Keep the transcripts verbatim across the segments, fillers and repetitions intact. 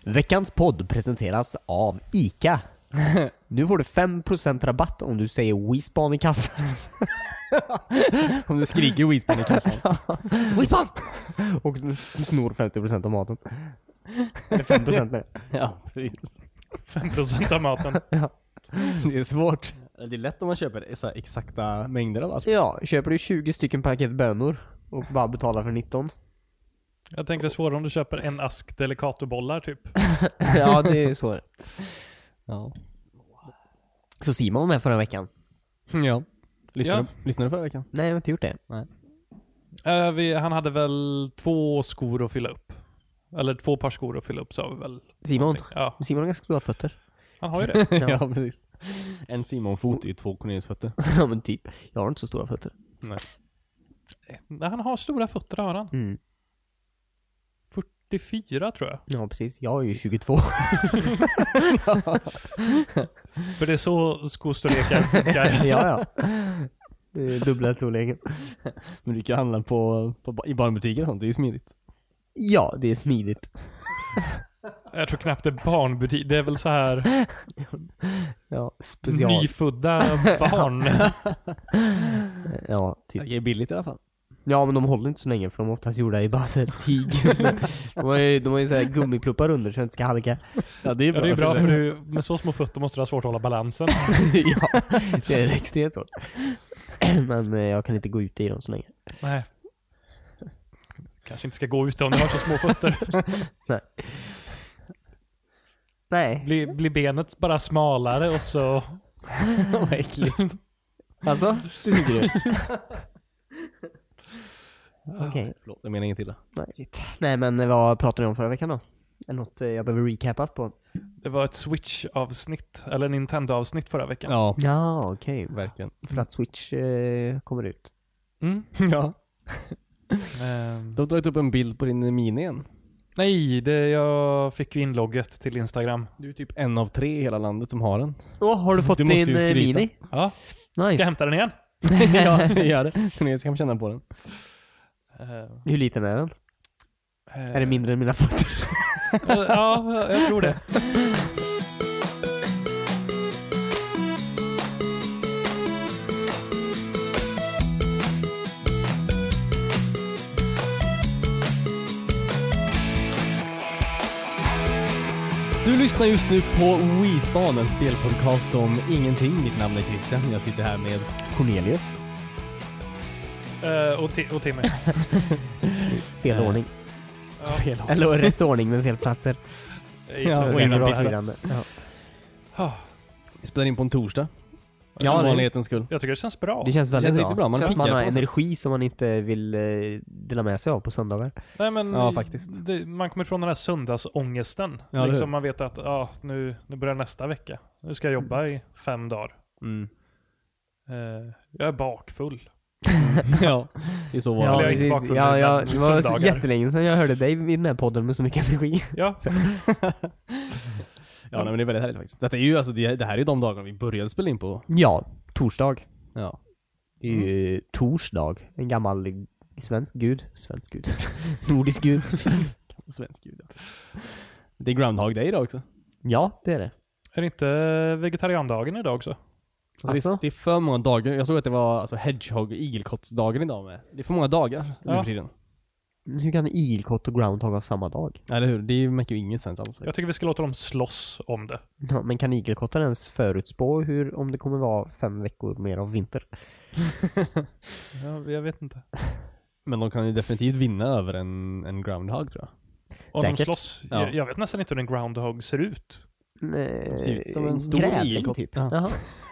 Veckans podd presenteras av ICA. Nu får du fem procent rabatt om du säger Wispan i kassan. Om du skriker Wispan i kassan. Wispan! Och du snor femtio procent av maten. Eller fem procent med. Ja, precis. fem procent av maten. Ja. Det är svårt. Det är lätt om man köper så här exakta mängder av allt. Ja, köper du tjugo stycken paket bönor och bara betalar för nitton. Jag tänker det är svårare om du köper en ask Delicatobollar typ. Ja, det är så. Ja. Så Simon var med förra veckan. Ja. Lyssnade, Ja. du, lyssnade du förra veckan? Nej, jag har inte gjort det. Uh, vi, han hade väl två skor att fylla upp. Eller två par skor att fylla upp, sa vi väl. Simon? Någonting. Ja, Simon har ganska stora fötter. han har ju det. Ja. Ja, precis. En Simon-fot är ju två Cornelius-fötter. Ja, men typ. Jag har inte så stora fötter. Nej. Nej, han har stora fötter, har han. Mm. fyrtiofyra tror jag. Ja, precis. Jag är ju tjugotvå. För det är så skostorlekar funkar. Ja, ja. Det är dubbla storleken. Men du kan handla på, på, i barnbutiker och sånt, det är ju smidigt. Ja, det är smidigt. Jag tror knappt det är barnbutik. Det är väl så här Ja, special. nyfödda barn. Ja, typ. Det är billigt i alla fall. Ja, men de håller inte så länge för de är oftast gjorda i bara så här tyg. De har ju, de har ju så här gummipluppar under så att det inte ska halka. Ja, det är Ja, bra. det är bra för du, med så små fötter måste du ha svårt att hålla balansen. Ja, det är extremt svårt. Men eh, jag kan inte gå ut i dem så länge. Nej. Kanske inte ska gå ute om du har så små fötter. Nej. Nej. Blir, blir benet bara smalare och så... Vad äckligt. Alltså, du tycker det? Okej. Okay. Förlåt, jag menar inget illa. Nej. Nej, men vad pratade ni om förra veckan då? Är något eh, jag behöver recapas på? Det var ett Switch-avsnitt, eller Nintendo-avsnitt förra veckan. Ja, Ja, okej. Okay. verkligen. För att Switch eh, kommer ut. Mm. Ja. Ehm, Du har dragit upp en bild på din mini igen. nej, det, jag fick ju inlogget till Instagram. Du är typ en av tre i hela landet som har den. Åh, oh, har du fått Du måste din ju eh, skryta. mini? Ja, Nice. ska jag hämta den igen? Ja, gör det. Cornelius kan känna på den. Ehm, Hur liten är den? eh, Är det mindre än mina fötter? Ja, jag tror det. Du lyssnar just nu på Wispan, en spelpodcast om ingenting. Mitt namn är Christian. Jag sitter här med Cornelius. Eh, och, ti- och Timmy. Fel Eh. ordning. Ja. fel håll. Eller rätt ordning men fel platser. Ja, och Det är innan bra pizza. firande. Ja. Ah, Vi spelar in på en torsdag. Ja, Ja, det- vanlighetens skull. jag tycker det känns bra. Det känns väldigt känns bra. riktigt bra. Man Känns som piggar man har på något sätt. energi som man inte vill eh, dela med sig av på söndagar. Nej, men Ja, faktiskt. Det, man kommer ifrån den här söndagsångesten. Ja, det liksom är. man vet att ah, nu, nu börjar nästa vecka. Nu ska jag jobba i fem dagar. Mm. Eh, jag är bakfull. Ja, det är så var Eller det. jag är inte precis. bakfull, Ja, men ja, det var söndagar. jättelänge sedan jag hörde dig i den här podden med så mycket energi. Ja, Ja, nej, men det är väldigt härligt faktiskt. Detta är ju, alltså, det, det här är de dagarna vi började spela in på. Ja, torsdag. Ja. Det är ju torsdag. En gammal svensk gud. Svensk gud. Nordisk gud. Svensk gud. Ja. Det är Groundhog Day idag också. Ja, det är det. är det inte vegetariandagen idag också? Alltså, Alltså? det, är, det är för många dagar. Jag såg att det var alltså, Hedgehog igelkottsdagen idag med. Det är för många dagar nu Ja. för tiden. Hur kan igelkott och groundhog ha samma dag? Eller hur? Det make ju ingen sens alls. Jag tycker vi ska låta dem slåss om det. Ja, men kan igelkottar ens förutspå hur, om det kommer vara fem veckor mer av vinter? Ja, jag vet inte. Men de kan ju definitivt vinna över en, en Groundhog, tror jag. Om de Säkert. slåss. Ja. Jag, jag vet nästan inte hur en groundhog ser ut. Nej, De ser ut som en stor grävling, igelkott. typ. Ja. Jaha.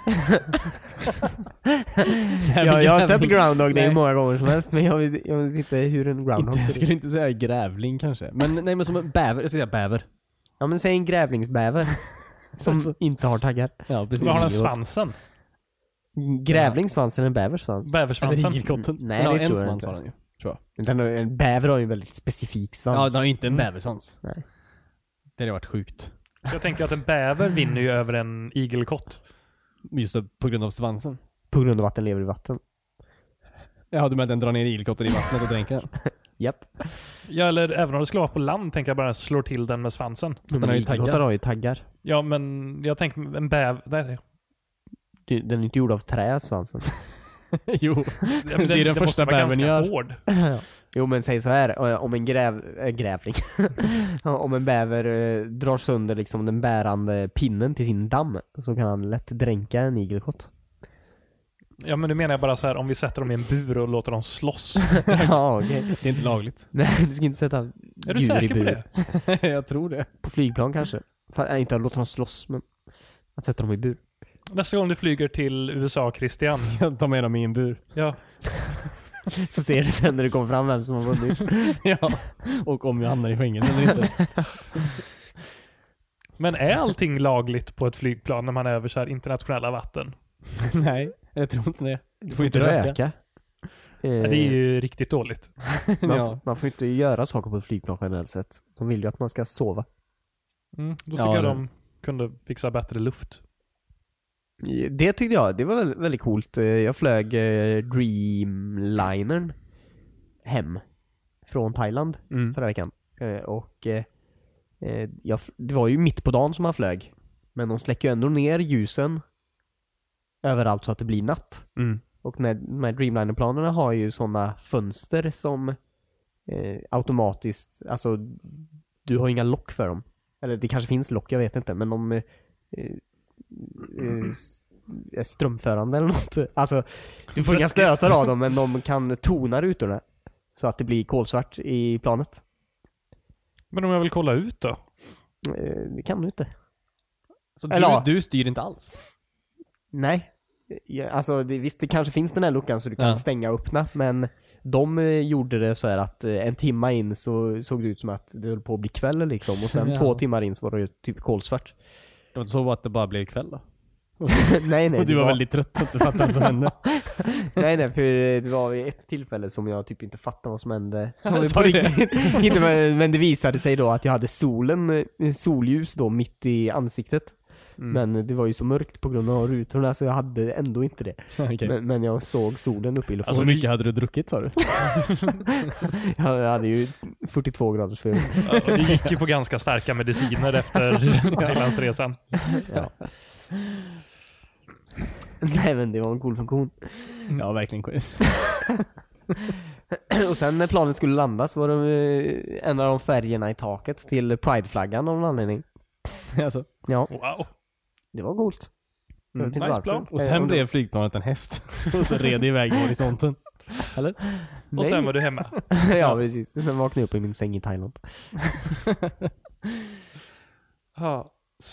Ja, jag har sett Grävling. groundhog det är Nej. många gånger som helst, men jag vet, jag vet inte hur en groundhog Inte, jag ser skulle ut. inte säga grävling kanske. Men nej, men som en bäver. Jag ska säga bäver. Ja, men säg en grävlingsbäver som Alltså. inte har taggar. Ja, precis. Vad har den igelkott. svansen? Grävlingssvans eller en bäversvans? Eller Bäversvansen? igelkotten. Nej, ja, det en tror jag svans inte. har den ju, tror jag. Den, en bäver har ju en väldigt specifik svans. Ja, den har ju inte en Mm. bäversvans. Nej. Det hade varit sjukt. Jag tänker att en bäver vinner ju över en igelkott. Just det, på grund av svansen. På grund av att den lever i vatten. Ja, du menar att den drar ner igelkotten i vattnet och dränker den? Japp. Ja, eller även om det skulle vara på land tänker jag bara slår till den med svansen. Den har ju igelkottar taggar. har ju taggar. Ja, men jag tänker en bäv... Nej, Du- Den är inte gjord av trä, svansen. Jo, ja, men det är den måste första vara bävern ganska gör. hård. Jo men säg så här, om en gräv, äh, grävling om en bäver äh, drar sönder liksom den bärande pinnen till sin damm, så kan han lätt dränka en igelkott. Ja, men du menar jag bara så här, om vi sätter dem i en bur och låter dem slåss. Ja, okej. det är inte lagligt. Nej, du ska inte sätta Är du djur i säker på bur. det? Jag tror det. På flygplan kanske. Fa- äh, inte att låta dem slåss, men att sätta dem i bur. Nästa gång du flyger till U S A, Christian. Jag tar med dem i en bur. Ja. Så ser du sen när du kommer fram vem som har vunnit. Ja, och om jag hamnar i fängelse eller inte. Men är allting lagligt på ett flygplan när man är över så här internationella vatten? Nej, jag tror inte det. Du får inte röka. Eh, Ja, det är ju riktigt dåligt. man, Ja. man får inte göra saker på ett flygplan generellt sett. De vill ju att man ska sova. Mm, då Ja, tycker jag det- de kunde fixa bättre luft. Det tyckte jag, det var väldigt, väldigt coolt. Jag flög eh, Dreamlinern hem från Thailand Mm. förra veckan. Eh, och eh, eh, jag, f- det var ju mitt på dagen som man flög. Men de släcker ju ändå ner ljusen överallt så att det blir natt. Mm. Och när, de här Dreamliner-planerna har ju sådana fönster som eh, automatiskt, alltså du har inga lock för dem. Eller det kanske finns lock, jag vet inte. Men de eh, eh, s- är strömförande eller något. Alltså, du får inga Läskigt. stötar av dem, men de kan tona rutorna. Så att det blir kolsvart i planet. Men om jag vill kolla ut då? Eh, det kan du inte. Så Eller ja. du, du styr inte alls? Nej. Ja, alltså det, visst, det kanske finns den här luckan så du kan Ja. stänga och öppna, men de eh, gjorde det så här att eh, en timma in så såg det ut som att det höll på att bli kväll liksom, och sen Ja. två timmar in så var det ju typ kolsvart. Det var så att det bara blev kväll då? nej, nej. Och du det var väldigt trött att du fattade vad som hände. nej, nej, för det var vid ett tillfälle som jag typ inte fattade vad som hände. Som det Sa på du det? riktigt. inte, men, men det visade sig då att jag hade solen, eh, solljus då mitt i ansiktet. Mm. Men det var ju så mörkt på grund av rutorna så jag hade ändå inte det. Okej. Men, men jag såg solen uppe i luften. Alltså hur mycket hade du druckit sa du? Ja, jag hade ju fyrtiotvå graders feber. Alltså, du gick ju på ganska starka mediciner efter Thailandsresan. Ja. Nej, men det var en cool funktion. Ja, verkligen quiz. Och sen när planet skulle landa så var det eh, en av de färgerna i taket till Pride-flaggan av någon anledning. alltså. Ja, Wow. det var coolt. Jag vet inte nice varför. plan. Och Eh, sen om det- blev flygplanet en häst. Och så red det iväg i horisonten. Eller? Och Nej. sen var du hemma. Ja, precis. Sen vaknade jag upp i min säng i Thailand. Ja,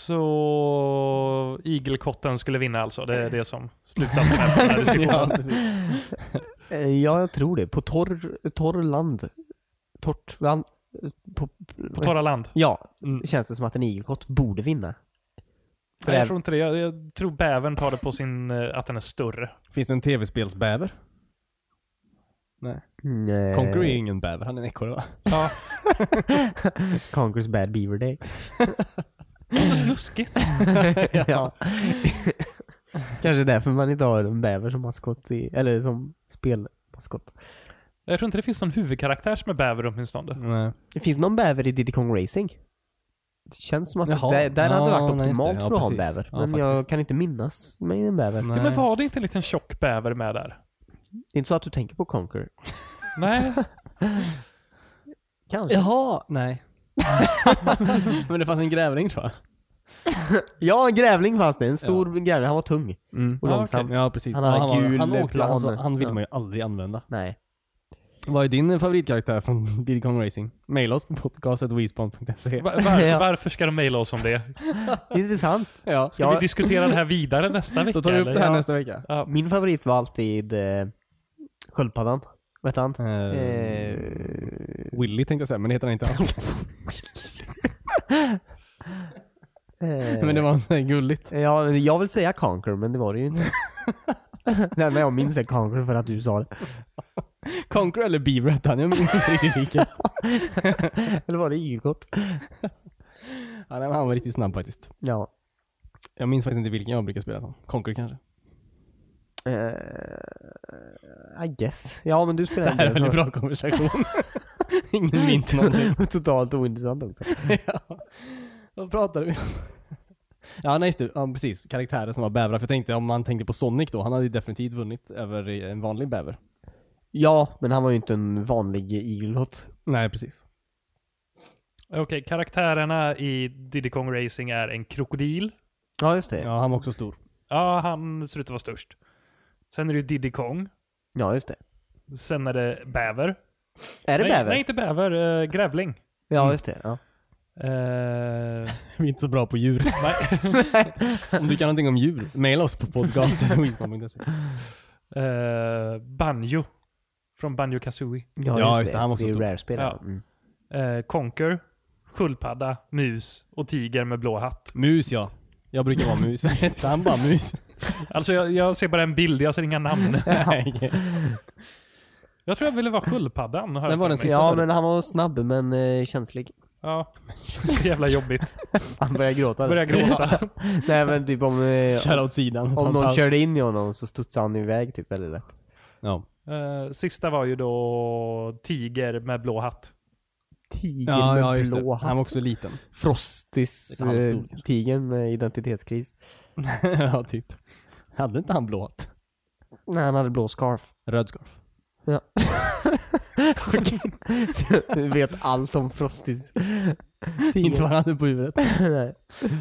så igelkotten skulle vinna alltså. Det är det som slutsatsen är på den här Ja, diskussionen. precis. Eh, Ja, jag tror det. På torr, torr land. Torrt land. På, På torra land. Ja, Mm. känns det som att en igelkott borde vinna. För Nej, det jag är- tror inte det. Jag, jag tror bävern tar det på sin, eh, att den är större. Finns det en tv-spelsbäver? Nej. Nej. Conquer är ju ingen bäver, han är en ekorre va? Ja, Conquer's Bad Beaver Day. det är inte snuskigt. Ja. Kanske därför man inte har en bäver som maskott i, eller som spelmaskott. Jag tror inte det finns någon huvudkaraktär som är bäver åtminstone. Nej. Det finns någon bäver i Diddy Kong Racing. Det känns som att Jaha. det, där hade det Ja, varit nej, just det. optimalt Ja, för att ha en precis. bäver. Ja, Men jag faktiskt. kan inte minnas mig en bäver. Nej. Ja, men var det inte en liten tjock bäver med där? Det är inte så att du tänker på Conquer. Nej. Kanske. Jaha, nej. Men det fanns en grävling tror jag. Ja, en grävling fanns det. En stor grävling. Han var tung. Mm. Och Ja, långsam. Ja, precis. Han hade Ja, var- gul han, åkte, plan. alltså, han vill Ja. man ju aldrig använda. Nej. Vad är din favoritkaraktär från Diddy Kong Racing? Maila oss på podcast at weespawn punkt se. Var, var, Ja. varför ska de mejla oss om det? Intressant. Ja. Ska Ja. vi diskutera det här vidare nästa vecka? Då tar vi upp eller? det här Ja. nästa vecka. Ja. Min favorit var alltid eh, sköldpaddan. Vet han? Eh, Eh, Willy tänkte jag säga, men det heter han inte alls. eh, Men det var så här gulligt. Ja, jag vill säga Conquer, men det var det ju inte. Nej, men jag minns det Conquer för att du sa det. Conquer eller Beaver hette han, jag minns inte riktigt vilket. Eller var det igelkott? Ja, nej, men han var riktigt snabb faktiskt. Ja. Jag minns faktiskt inte vilken jag brukar spela som. Conquer kanske. Eh, I guess. Ja, men du spelar Det här är inte en det, väldigt så. bra konversation. Ingen minns någonting. Totalt ointressant också. Ja. Vad pratar vi om? Ja, nej, stu. Ja, precis. Karaktärer som var bävrar. För jag tänkte, om man tänkte på Sonic då, han hade ju definitivt vunnit över en vanlig bäver. Ja, men han var ju inte en vanlig igelkott. Nej, precis. Okej, okay, karaktärerna i Diddy Kong Racing är en krokodil. Ja, just det. Ja, han var också stor. Ja, han ser ut att vara störst. Sen är det Diddy Kong. Ja, just det. Sen är det bäver. Är det nej, bäver? Nej, inte bäver. Äh, grävling. Ja, just det. Ja. Uh, Vi är inte så bra på djur. Om du kan någonting om djur, maila oss på podcastet. uh, Banjo. Från Banjo Kazooie. Ja, ja, just, just det. det. Han var också det är stor. rare-spel. Ja. Mm. Uh, Conker. Sköldpadda, mus och tiger med blå hatt. Mus, ja. Jag brukar vara mus. Han bara mus. Alltså jag, jag ser bara en bild, jag ser inga namn. Jag tror jag ville vara sköldpaddan. Den var den sista. Ja, men han var snabb men eh, känslig. Ja, så jävla jobbigt. Han började gråta. Började gråta. Nej, men typ om, eh, kör åt sidan. om någon körde in i honom så studsade han iväg typ väldigt lätt. Ja. Uh, sista var ju då tiger med blå hatt. Tiger Ja, med ja, just blå det. hatt. Han var också liten. Frostis Lite halvstor, eh, tigern med identitetskris. Ja, typ. Hade inte han blå hatt? Nej, han hade blå scarf. Röd scarf. Ja. Du vet allt om Frostis tigern. Inte vad han hade på huvudet. Nej.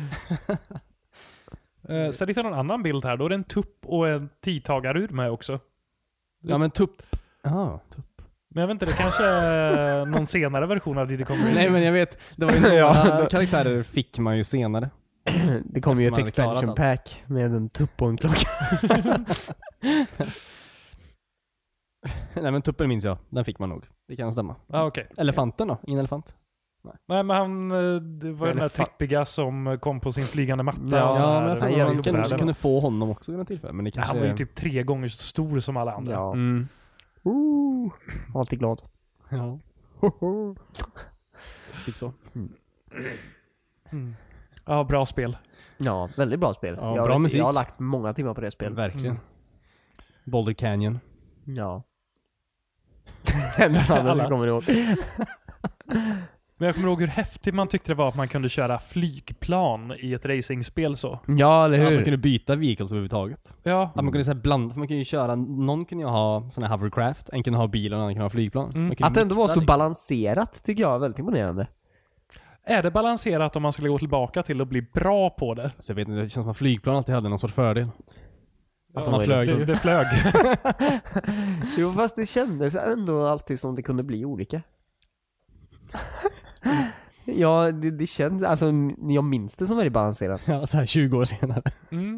Uh, sen hittar någon annan bild här. Då är det en tupp och en tidtagarur med också. Ja, men tupp. Ja, tupp. Men jag vet inte, det kanske är någon senare version av Diddy Kong Racing. Nej, men jag vet. Det var ju några Ja. karaktärer fick man ju senare. Det kom ju ett man hade klarat expansion allt. pack med en tupp och en klocka. Nej, men tuppen minns jag. Den fick man nog. Det kan stämma. Ah, okay. Elefanten då? Ingen elefant? Nej, men han, eh, det var ju den där Elefant. trippiga som kom på sin flygande matta. Ja, och så Ja, här. men jag Nej, tror jag man vet kunde, inte. kunde få honom också vid något tillfälle. Men det Ja, kanske... han var ju typ tre gånger så stor som alla andra. Ja. Mm. Uh, alltid glad. Ja. Typ så. Mm. Ja, bra spel. Ja, väldigt bra spel. Ja, jag, bra vet- musik. jag har lagt många timmar på det spelet. Verkligen. Mm. Boulder Canyon. Ja. Den andra Alla. som kommer ihåg. Men jag kommer ihåg hur häftigt man tyckte det var att man kunde köra flygplan i ett racingspel så. Ja, eller Ja, hur? man kunde byta vehicles överhuvudtaget. Ja. Att man kunde så här blanda, för man kunde ju köra, någon kunde ju ha såna här hovercraft, en kunde ha bil och en annan kunde ha flygplan. Mm. Man kunde Att det ändå var mixa så det. balanserat tycker jag är väldigt imponerande. Är det balanserat om man skulle gå tillbaka till att bli bra på det? Så jag vet inte, det känns som att flygplan alltid hade någon sorts fördel. Alltså Ja, man flög. Det, det flög. Jo, fast det kändes ändå alltid som det kunde bli olika. Ja, det, det känns, alltså jag minns det som väldigt balanserat. Ja, så här tjugo år senare. Mm.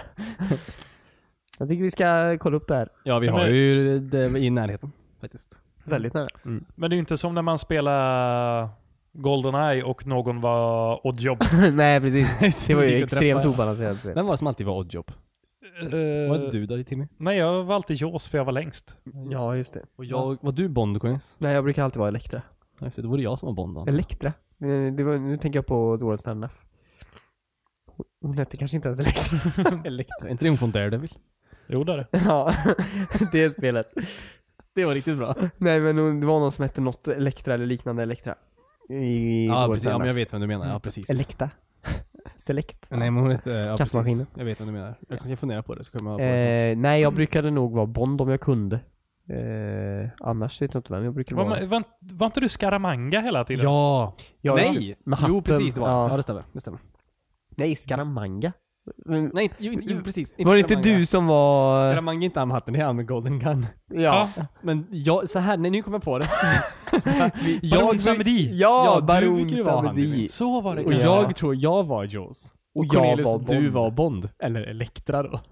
Jag tycker vi ska kolla upp det här. Ja, vi Ja, har men- ju det i närheten faktiskt. Väldigt nära. Men det är ju inte som när man spelar GoldenEye och någon var Oddjob. Nej, precis. Det var ju Gick att extremt träffa. obalanserat spel. Vem var det som alltid var oddjob? Uh, Var inte du då, Timmy? Nej, jag var alltid Jaws för jag var längst. Ja, just det. Och jag, var du Bond, Cornelis? Nej, jag brukar alltid vara Elektra. Ja, just det, då var det jag som var Bond då. Elektra? Det, det var, nu tänker jag på Dora Stannaff. Hon hette kanske inte ens Elektra. Elektra. Är inte det hon från Daredevil? Jo, det är det. Ja, det är spelet. Det var riktigt bra. Nej, men hon- det var någon som hette något Elektra eller liknande Elektra. I Ja, Dora precis. Ja, men jag Stannaff. vet vem du menar. Ja, precis. Elektra. Select. Nej, men hon heter... Ja, Kaffemaskinen. precis. Jag vet vem du menar. Jag kanske funderar på det, så kommer jag på det Eh, nej, jag brukade nog vara Bond om jag kunde. Eh, annars vet jag inte vem jag brukar Var, vara. var, var inte du Scaramanga hela snart. tiden? Ja! Ja, Nej! med Jo, hatten. precis det var Ja. ja. det stämmer. Det stämmer. Nej, Scaramanga. Men, Nej, jo, inte- jo precis. var det inte Scaramanga. du som var... Scaramanga är inte han med hatten, det är han med Golden Gun. Ja. Men jag, så här, nej nu kommer jag på det. Baron Samedi. Ja, Ja, du Baron brukar ju vara han, Samedi. Timmy. Så var det Och kanske. jag tror jag var Jaws. Och Och jag Cornelius, var Bond. du var Bond. Eller Elektra då.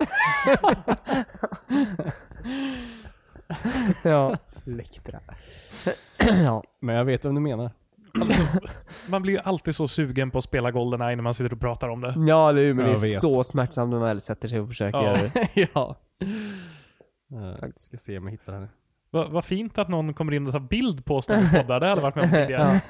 Ja. Elektra. Ja. Men jag vet vad du menar. Alltså, man blir ju alltid så sugen på att spela GoldenEye när man sitter och pratar om det. Ja, eller hur? Men Jag det är vet. så smärtsamt när man väl sätter sig och försöker Ja. göra det. Ja. Uh, Faktiskt. ska se om jag hittar det här. Vad vad fint att någon kommer in och tar bild på oss när vi poddar. Det hade varit med om tidigare.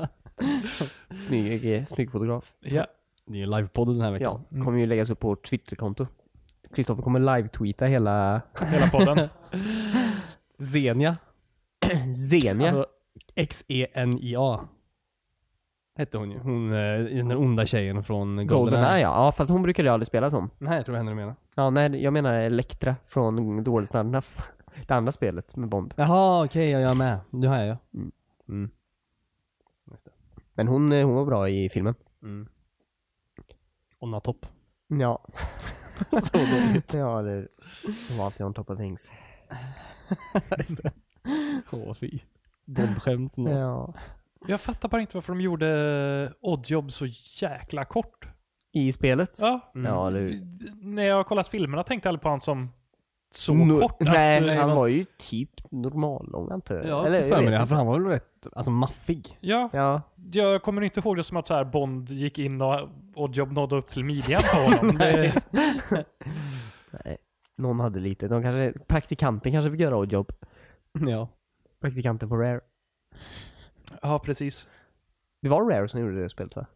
Smyg, smygfotograf. Ja. Det är ju livepodd den här veckan. Ja, kommer ju läggas upp på vårt Twitterkonto. Kristoffer kommer live-tweeta hela Hela podden. Zenia. Zenia. Alltså, X E N I A hette hon ju. Hon, eh, den onda tjejen från Golden GoldenEye. är ja. Ja, fast hon brukar jag aldrig spela som. Nej, jag tror henne du menar. Ja, nej, jag menar Elektra från The World's Not Enough. Det andra spelet med Bond. Jaha, okej, okay, jag är med. Du har jag. Mm. Mm. Just det. Men hon, hon var bra i filmen. Mm. Onna topp. Ja. Så dåligt. Ja, det det var alltid on top of things. Just det. Åh, fy. Bondskämt. Ja. Jag fattar bara inte varför de gjorde Oddjob så jäkla kort. I spelet? Ja. Mm. Ja, det... När jag har kollat filmerna tänkte jag aldrig på han som så No- kort. att, Nej, eh, han var ju typ normallång antar jag. Ja, jag Eller, också jag för mig vet det. inte. För han var väl rätt, alltså maffig. Ja, Ja. jag kommer inte ihåg det som att så här Bond gick in och Oddjob nådde upp till midjan på honom. det, Nej. Någon hade lite. De kanske, praktikanten kanske fick göra jobb. Ja. Praktikanten på Rare. ja, precis. Det var Rare som gjorde det spelet va?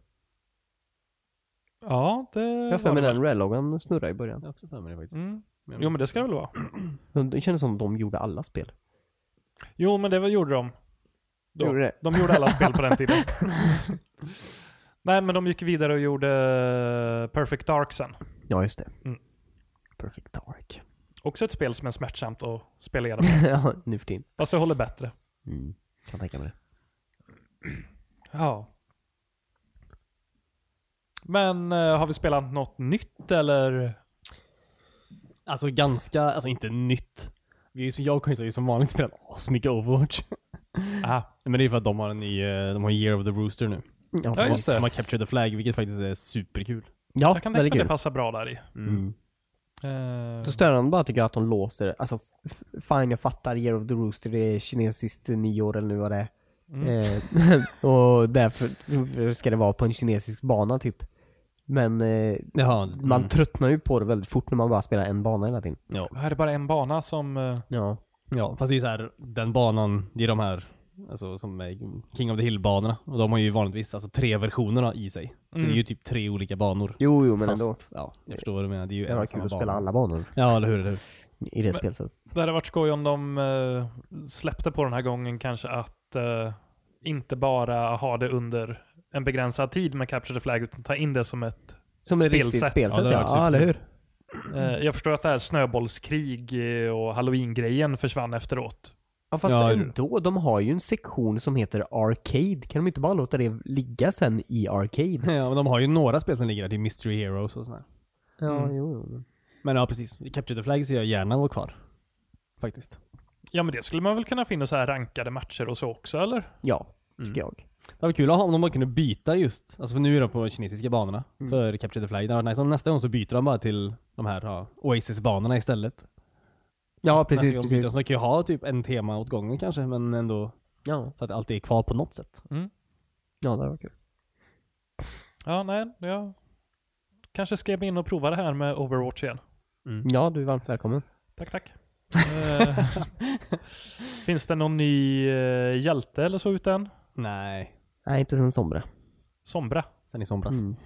Ja, det Jag för var mig det den väl. Rare-loggan snurrar i början. Jag har också för mig det faktiskt. Mm. Jo, men det ska det väl vara. Det kändes som de gjorde alla spel. Jo, men det var, gjorde de. Då. Gjorde det? De gjorde alla spel på den tiden. Nej, men de gick vidare och gjorde Perfect Dark sen. Ja, just det. Mm. Perfect Dark. Också ett spel som är smärtsamt att spela igenom. Ja, nu för tiden. Fast jag håller bättre. Mm. Kan tänka mig det. Ja. Men eh, har vi spelat något nytt eller? Alltså ganska, alltså inte nytt. Vi är ju, jag har ju som vanligt spelat asmycket Overwatch. Aha. Men det är för att de har en ny, eh, de har Year of the Rooster nu. Ja, Ja, precis. just det. De har Capture the Flag, vilket faktiskt är superkul. Ja, Jag kan tänka mig väldigt att det kul. passar bra där i. Mm. Eh, Så störande bara tycker jag att de låser, alltså f- fine jag fattar Year of the Rooster, det är kinesiskt nyår eller nu vad det är. mm. Eh, och därför ska det vara på en kinesisk bana typ. Men eh, Jaha. man mm. tröttnar ju på det väldigt fort när man bara spelar en bana hela tiden. Ja. Här är bara en bana som... eh, Ja. Ja, fast det är så här, den banan, det är de här, alltså som är King of the Hill-banorna. Och de har ju vanligtvis alltså tre versionerna i sig. Så Mm. det är ju typ tre olika banor. Jo, jo men Fast, ändå. ja, jag förstår vad du menar. Det är ju Det en var och kul samma att spela bana. alla banor Ja, eller hur, eller hur? i det Men- spelsättet. Det hade varit skoj om de eh, släppte på den här gången kanske att eh, inte bara ha det under en begränsad tid med Capture the Flag utan ta in det som ett Som ett riktigt spelsätt. spelsätt, Ja, det ja, har varit ja eller hur? Eh, jag förstår att det här snöbollskrig eh, och halloween-grejen försvann efteråt. Ja fast Ja, ändå, de har ju en sektion som heter Arcade. Kan de inte bara låta det ligga sen i Arcade? Ja, men de har ju några spel som ligger där, det är Mystery Heroes och sådär. Ja, Mm. jo, jo. Men ja, precis. Capture the Flag ser jag gärna vara kvar. Faktiskt. Ja, men det skulle man väl kunna finna så här rankade matcher och så också, eller? Ja, tycker Mm. jag. Det var kul att ha om de bara kunde byta just, alltså för nu är de på kinesiska banorna Mm. för Capture the Flag. Det var nice om nästa gång så byter de bara till de här ja, Oasis-banorna istället. Ja, Nästa precis, gång byter de, precis. Så de kan ju ha typ en tema åt gången kanske, men ändå Ja, så att det alltid är kvar på något sätt. ja det var kul. Ja, nej, jag kanske skrev mig in och prova det här med Overwatch igen. Ja, du är varmt välkommen. Tack, tack. Eh, Finns det någon ny eh, hjälte eller så ute än? Nej, Nej, inte sen Sombra. Sombra? sen i somras. Mm.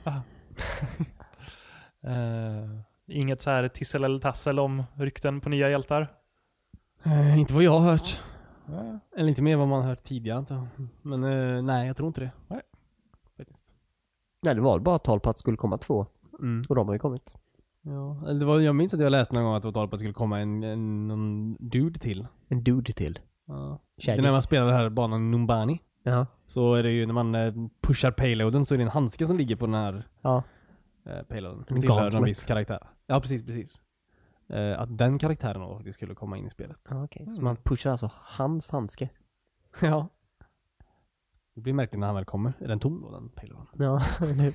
Eh, inget så här tissel eller tassel om rykten på nya hjältar? Eh, inte vad jag har hört. Ja. Eller inte mer vad man har hört tidigare antar jag. Men eh, nej, jag tror inte det. Nej. Faktiskt. Nej, det var bara tal på att det skulle komma två. Mm. Och de har ju kommit. Ja, eller det var, jag minns att jag läste någon gång att det var tal på att det skulle komma en, en någon dude till. En dude till. Ja. Det Shaggy. är när man spelar den här banan Numbani. Ja. Så är det ju när man eh, pushar payloaden så är det en handske som ligger på den här Ja. eh, payloaden. En Som tillhör gauntlet. någon viss karaktär. Ja, precis, precis. Eh, att den karaktären då faktiskt skulle komma in i spelet. Ja, okej. Så man pushar alltså hans handske. Ja. Det blir märkligt när han väl kommer. Är den tom då, den payloaden? Ja, eller hur?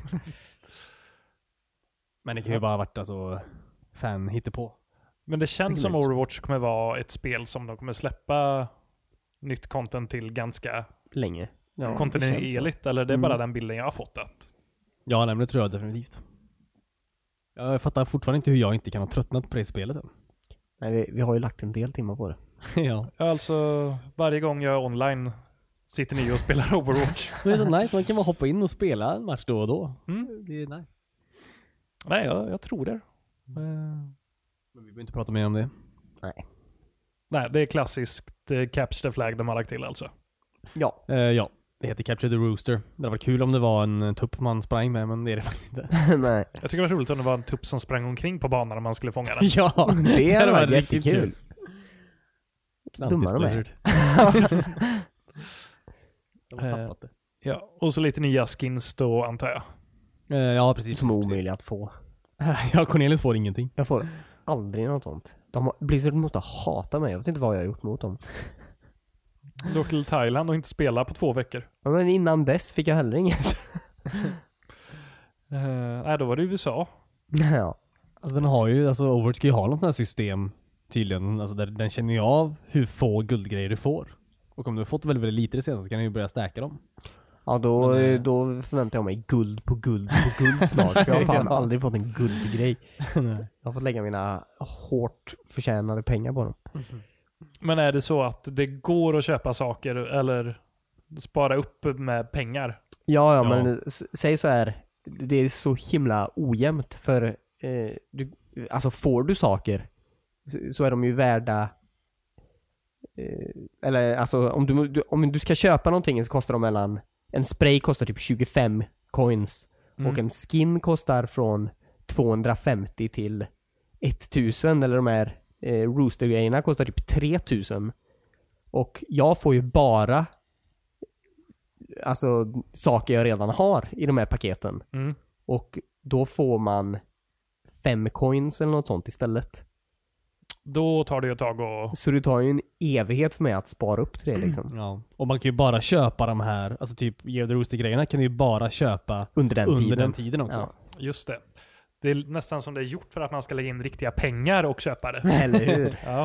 Men det kan ju bara ha varit alltså fan hittepå. Men det känns Det som kan bli så. Overwatch kommer vara ett spel som de kommer släppa nytt content till ganska Länge. Ja, det känns så. kontinuerligt. Eller det är Mm. bara den bilden jag har fått. Att Ja, nej, men det tror jag definitivt. Jag fattar fortfarande inte hur jag inte kan ha tröttnat på det spelet än. Nej, vi, vi har ju lagt en del timmar på det. Ja. Ja, alltså varje gång jag är online sitter ni och spelar Overwatch. Men det är så nice, man kan bara hoppa in och spela en match då och då. Mm. Det är nice. Nej, jag, jag tror det. Eh, Men vi behöver inte prata mer om det. nej, det är klassiskt eh, Capture the Flag de har lagt till alltså. Ja. Uh, ja, det heter Capture the Rooster. Det var kul om det var en tupp man sprang med, men det är det faktiskt inte. Nej. Jag tycker det var roligt om det var en tupp som sprang omkring på banan om man skulle fånga den. Ja, Det hade varit riktigt jättekul. Dumma de är. De har tappat det. Ja, och så lite nya skins då antar jag. Uh, ja, precis. Som är precis. omöjliga att få. Ja, Cornelius får ingenting. Jag får aldrig något sånt. De har, Blizzard måste hata mig. Jag vet inte vad jag har gjort mot dem. Du åkte till Thailand och inte spela på två veckor. Ja, men innan dess fick jag heller inget. Uh, nej, då var det U S A. Ja. Alltså den har ju, alltså Overwatch ska ju ha något sånt här system tydligen, alltså där den känner ju av hur få guldgrejer du får. Och om du har fått väldigt, väldigt lite det senare så kan du ju börja stärka dem. Ja, då, Men, då förväntar jag mig guld på guld på guld snart. För jag har fan Ja. aldrig fått en guldgrej. Nej. Jag har fått lägga mina hårt förtjänade pengar på dem. Men är det så att det går att köpa saker eller spara upp med pengar? Ja, ja, Ja. men s- säg så här. Det är så himla ojämnt för eh, du, alltså får du saker så, så är de ju värda eh, eller alltså om du, du, om du ska köpa någonting så kostar de mellan en spray kostar typ tjugofem coins Mm. och en skin kostar från tvåhundrafemtio till tusen eller de här eh, rooster-grejerna kostar typ tre tusen och jag får ju bara alltså saker jag redan har i de här paketen. Mm. Och då får man fem coins eller något sånt istället. Då tar det ju ett tag och... Så det tar ju en evighet för mig att spara upp till det liksom. Ja. Och man kan ju bara köpa de här, alltså typ Give the Rooster-grejerna kan du ju bara köpa Under den under tiden. den tiden också. Ja. Just det. Det är nästan som det är gjort för att man ska lägga in riktiga pengar och köpa det. Eller hur? Ja.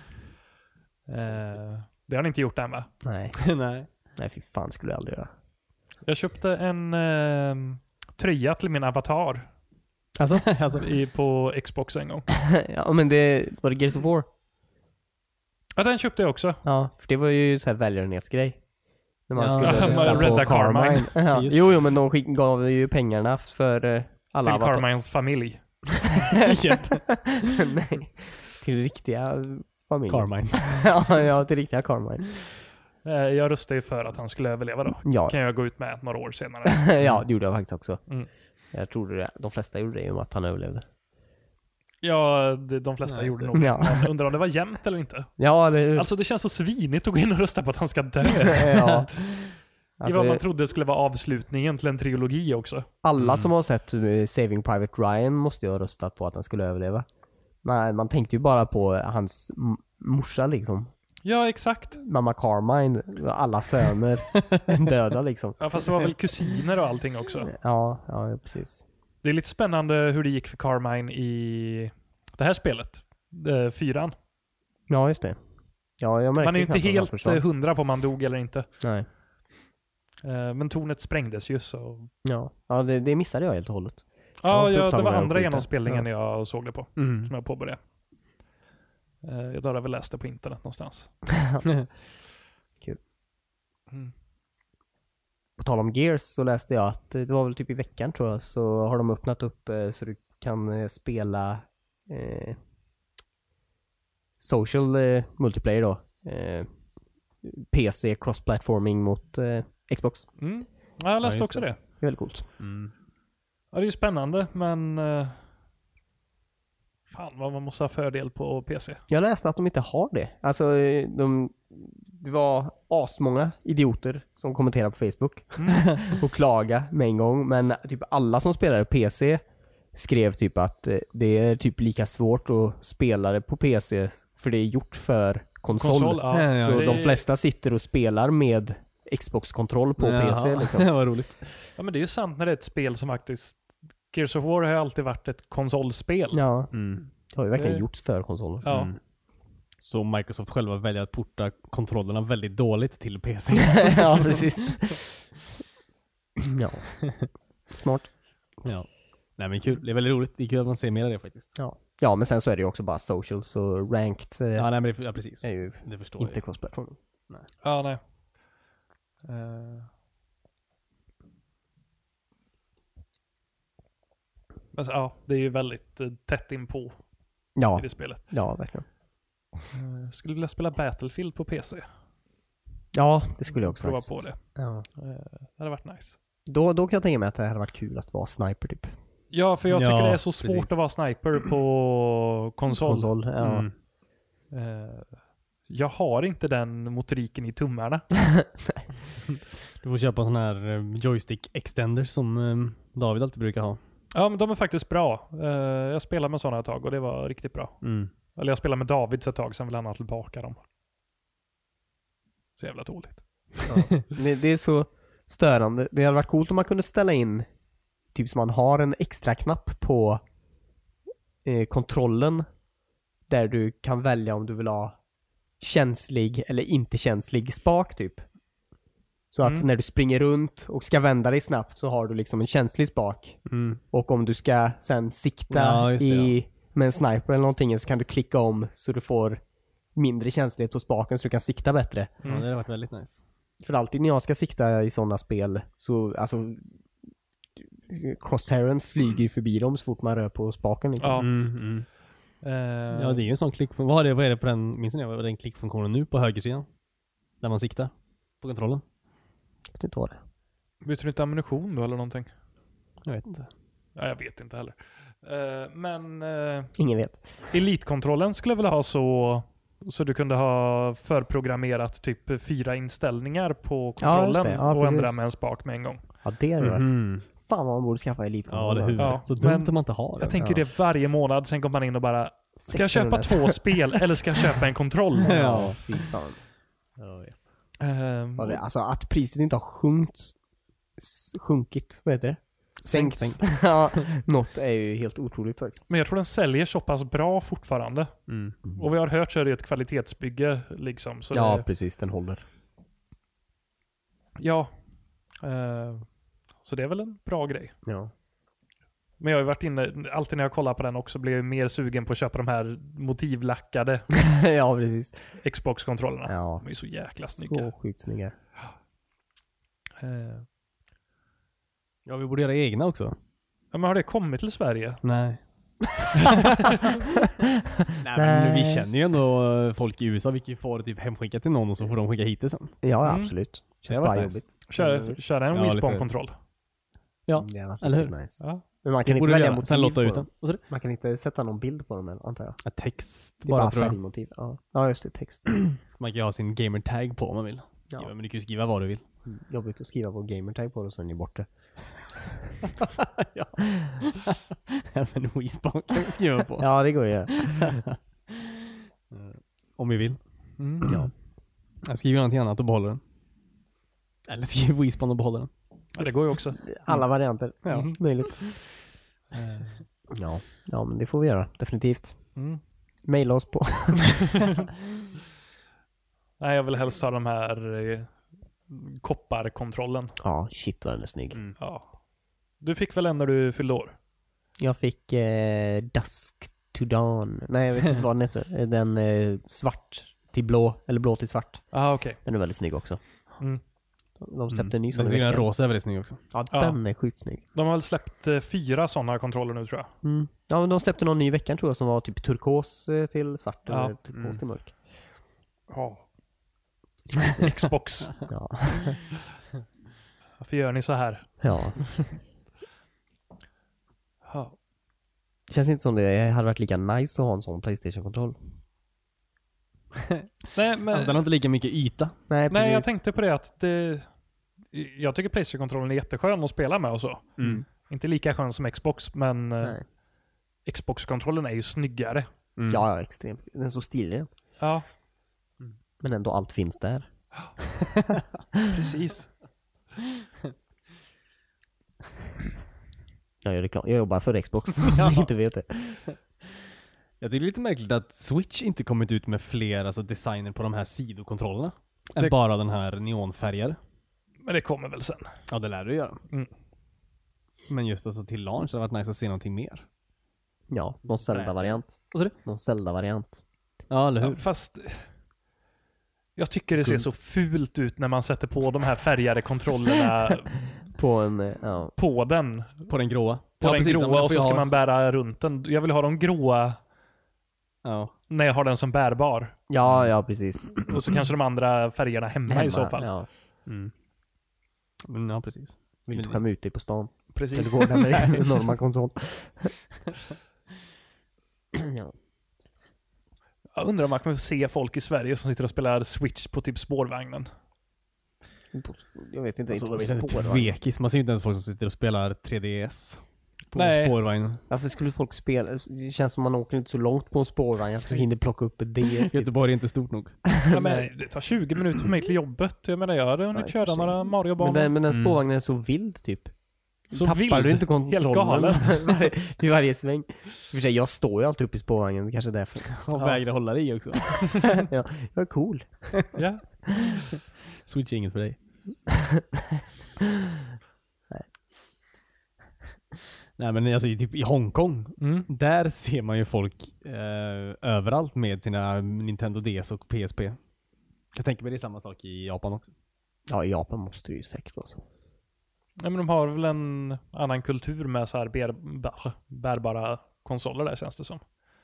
Eh, det har ni inte gjort än va? Nej. Nej. Nej, fy fan skulle jag aldrig göra. Jag köpte en eh, tröja till min avatar Alltså? alltså, i, på Xbox en gång. Ja, men det var det Gears of War. Ja, den köpte jag också. Ja, för det var ju så här välgörenhetsgrej. När man Ja, skulle man rösta på räddar Carmine. Carmine. Ja. Just. Jo, jo, men de skick, gav ju pengarna för eh, alla Till avatar- Carmines familj. Nej, till riktiga familjer. Carmines. ja, ja, till riktiga Carmine. Eh, jag röstade ju för att han skulle överleva då. Ja, Kan jag gå ut med några år senare. ja, det gjorde jag faktiskt också. Mm. Jag tror det, de flesta gjorde det i och med att han överlevde. Ja, det, de flesta Nej, just gjorde det. nog. Ja. Men undrar om det var jämnt eller inte. Ja, det, Alltså det känns så svinigt att gå in och rösta på att han ska dö. ja. I Alltså, vad man trodde skulle vara avslutningen till en trilogi också. alla Mm. som har sett eh, Saving Private Ryan måste ju ha röstat på att han skulle överleva. Man, man tänkte ju bara på hans m- morsa liksom. Ja, exakt. Mamma Carmine, alla söner döda liksom. Ja, fast det var väl kusiner och allting också. Ja, ja, precis. Det är lite spännande hur det gick för Carmine i det här spelet. Eh, fyran. Ja, just det. Ja, jag märkte Man är ju inte knappt att han helt försvann. eh, hundra på om man dog eller inte. Nej. Eh, men tornet sprängdes ju så... Ja, ja det, det missade jag helt och hållet. Ja, Ja, ja, det fruktansvärt var andra sjukt. genomspelningen Ja. jag såg det på. Mm. Som jag påbörjade. Eh, jag har väl läst det på internet någonstans. Kul. Mm. På tal om Gears så läste jag att eh, det var väl typ i veckan tror jag så har de öppnat upp eh, så du kan eh, spela eh, social eh, multiplayer då. Eh, P C cross-platforming mot eh, Xbox. Mm. Ja, jag läste just också det. det. Det är väldigt coolt. Mm. Ja, det är ju spännande, men... eh, fan vad man måste ha fördel på P C. Jag läste att de inte har det. Alltså eh, de, det var asmånga idioter som kommenterade på Facebook Mm. och klaga med en gång. Men typ alla som spelade P C skrev typ att eh, det är typ lika svårt att spela det på P C för det är gjort för konsol. Konsol, ja. Ja, ja, Så det de är- flesta sitter och spelar med Xbox-kontroll på Jaha. P C liksom. Det var roligt. Ja, men det är ju sant när det är ett spel som faktiskt... Gears of War har ju alltid varit ett konsolspel. Ja, Mm. det har ju verkligen Det- gjorts för konsoler. Ja. Mm. Så Microsoft själva väljer att porta kontrollerna väldigt dåligt till P C. ja, precis. ja. Smart. Ja. Nej men kul, det är väldigt roligt. Det är kul att man ser mer av det faktiskt. Ja. Ja, men sen så är det ju också bara social så ranked eh, Ja, nej men det, ja, precis. är ju Det förstår inte jag. cross-platform. Ja, nej. Eh. Men, så, ja, det är ju väldigt eh, tätt inpå Ja, i det spelet. ja, verkligen. Eh, skulle vilja spela Battlefield på P C. Ja, det skulle jag också prova faktiskt. på det. Ja. Eh, det hade varit nice. Då, då kan jag tänka mig att det hade varit kul att vara sniper typ. Ja, för jag Ja, tycker det är så svårt precis. att vara sniper på konsol. Konsol, ja. Mm. Eh, jag har inte den motoriken i tummarna. Du får köpa en sån här eh, joystick extender som eh, David alltid brukar ha. Ja, men de är faktiskt bra. Eh, jag spelade med sådana ett tag och det var riktigt bra. Mm. Eller jag spelade med David ett tag, sen vill han ha tillbaka dem. Så jävla dåligt. Ja. Det, det är så störande. Det hade varit coolt om man kunde ställa in typ som man har en extra knapp på eh, kontrollen där du kan välja om du vill ha känslig eller inte känslig spak typ. Så att Mm. när du springer runt och ska vända dig snabbt så har du liksom en känslig spak. Mm. Och om du ska sen sikta Ja, just det, i, med en sniper eller någonting så kan du klicka om så du får mindre känslighet på spaken så du kan sikta bättre. Ja, det hade varit väldigt nice. För alltid när jag ska sikta i sådana spel så, alltså crosshairen flyger ju förbi dem så fort man rör på spaken liksom. Ja. Mm, mm. Eh, Ja, det är ju en sån klickfunktion. Vad är det, vad är det på den, minns ni vad är den klickfunktionen nu på högersidan? Där man siktar på kontrollen. Jag vet inte vad det är. Byter du inte ammunition då eller någonting? Jag vet inte. Ja, jag vet inte heller. Eh, men eh, Ingen vet. Elite-kontrollen skulle jag vilja ha så så du kunde ha förprogrammerat typ fyra inställningar på Ja, just kontrollen det. Ja, och ändra precis. med en spak med en gång. Ja, det är det. Mhm. Fan vad man borde skaffa Elite. Ja, det är hur. Ja, Så dumt men om man inte har det. Jag tänker Ja. det varje månad, sen går man in och bara ska jag köpa sexhundra. två spel eller ska jag köpa en kontroll? Ja, fy fan. Ja, ja. Ehm, Ja, det, alltså att priset inte har sjunkit, s- sjunkit, vad heter det? Sänkt, Sänkts. Ja, något är ju helt otroligt faktiskt. Men jag tror den säljer så pass bra fortfarande. Mm. Och vi har hört så är det ett kvalitetsbygge liksom. Så Ja, det, precis, den håller. ja. Eh, så det är väl en bra grej. Ja. Men jag har ju varit inne, alltid när jag kollar på den också blir jag mer sugen på att köpa de här motivlackade Ja, precis. Xbox-kontrollerna. Ja. De är ju så jäkla snygga. Så sjukt snygga. Eh, Ja, vi borde göra egna också. ja, men har det kommit till Sverige? Nej. Nej, men vi känner ju ändå folk i U S A, vilka får det typ hemskickat till någon och så får de skicka hit det sen. Ja, Mm. absolut. Det Känns har varit bara nice. jobbigt. Kör, Mm, visst. köra en Ja, Wii lite- Spawn-kontroll. Ja, Det har varit eller hur? riktigt Nice. Ja. Men man Det kan inte borde vi välja göra. motiv Sen låta på ut dem. den. Vad sa du? Man kan inte sätta någon bild på dem, antar jag. Ja, text Det är bara, bara tror jag. färgmotiv. Ja. Ja, just det. Text. Man kan ju ha sin gamertag på om man vill. Ja. Ja. Men du kan ju skriva vad du vill. Mm, Jobbigt att skriva på gamertag på det och sen är bort det. Ja. Även Wispan kan vi skriva på. Ja, det går ju. Om vi vill. Mm. Ja. Jag skriver någonting annat och behåller den. Eller skriver Wispan och behåller den. Ja, det går ju också. Alla varianter. Ja. Mhm. Möjligt. Ja. Ja, men det får vi göra. Definitivt. Mm. Maila oss på. Nej, jag vill helst ha de här eh, kopparkontrollen. Ja, shit vad den är snygg. Mm. Ja. Du fick väl en när du fyllde år? Jag fick eh, Dusk to Dawn. Nej, jag vet inte vad den heter. Den eh, svart till blå. Eller blå till svart. Ja, okej. Den är väldigt snygg också. Mm. De släppte en ny sån Den i tycker den veckan. rosa är väldigt snygg också. Ja, Ja. den är sjukt snygg. De har väl släppt eh, fyra sådana kontroller nu tror jag. Mm. Ja, men de släppte någon ny i veckan tror jag som var typ turkos eh, till svart Ja. eller turkos Mm. till mörk. Ja. Xbox. Ja. Varför gör ni så här? Ja. Ja. Det känns inte som det hade varit lika nice att ha en sån PlayStation-kontroll. Nej, men, Alltså den har inte lika mycket yta. Nej, precis. nej, jag tänkte på det att det, jag tycker PlayStation-kontrollen är jätteskön att spela med och så. Mm. Inte lika skön som Xbox, men eh, Nej. Xbox-kontrollen är ju snyggare. Mm. Ja, ja, extremt. Den är så stilig. Ja, Men ändå allt finns där. precis. Jag gör reklam. Jag jobbar för Xbox. Ja. Ni inte vet det. Jag tycker det är lite märkligt att Switch inte kommit ut med fler alltså, designer på de här sidokontrollerna. Än Det- bara den här neonfärgade. Men det kommer väl sen. Ja, det lär du göra. Mm. Men just alltså till launch det hade varit nice att se någonting mer. Ja, någon Zelda-variant. Vad sa du? Någon Zelda-variant. Ja, eller hur? Ja, fast jag tycker det ser så fult ut när man sätter på de här färgade kontrollerna På en, eh, ja. på den. På den gråa. På Ja, den precis, ja, men gråa den och får så ju ska ha- man bära runt den. Jag vill ha de gråa Ja. när jag har den som bärbar. Ja, ja precis. Och så kanske de andra färgerna hemma, i så fall. Ja. Mm. Men, ja, precis. Vill inte skämma ut dig på stan. Precis. Eller går där med enorma konsol. Ja. Jag undrar om man kommer få se folk i Sverige som sitter och spelar Switch på typ spårvagnen. Jag vet inte. Alltså, inte det på är spårvagn. tvekis. Man ser ju inte ens folk som sitter och spelar tre D S på Nej. spårvagnen. Varför skulle folk spela? Det känns som man åker inte så långt på en spårvagn att du hinner plocka upp ett D S. Typ. Göteborg är inte stort nog. Ja, men det tar tjugo minuter för mig till jobbet. Jag menar, jag hade hunnit Nej, köra för sig. några Mario-banor. Men den, men den Mm. spårvagnen är så vild typ. Så Tappar vild. du inte Helt kontrollen galen. varje, vid varje sväng? I och för sig, jag står ju alltid uppe i spårvagnen, det kanske är därför. Och Ja. vägrar hålla dig också. Ja, jag är cool. Ja. Switch är inget för dig. Nej men alltså typ i Hongkong, Mm. där ser man ju folk eh, överallt med sina Nintendo D S och P S P. Jag tänker mig det är samma sak i Japan också. Ja, i Japan måste det ju säkert vara så. Ja, men de har väl en annan kultur med så här bär, bär, bärbara konsoler där, känns det som.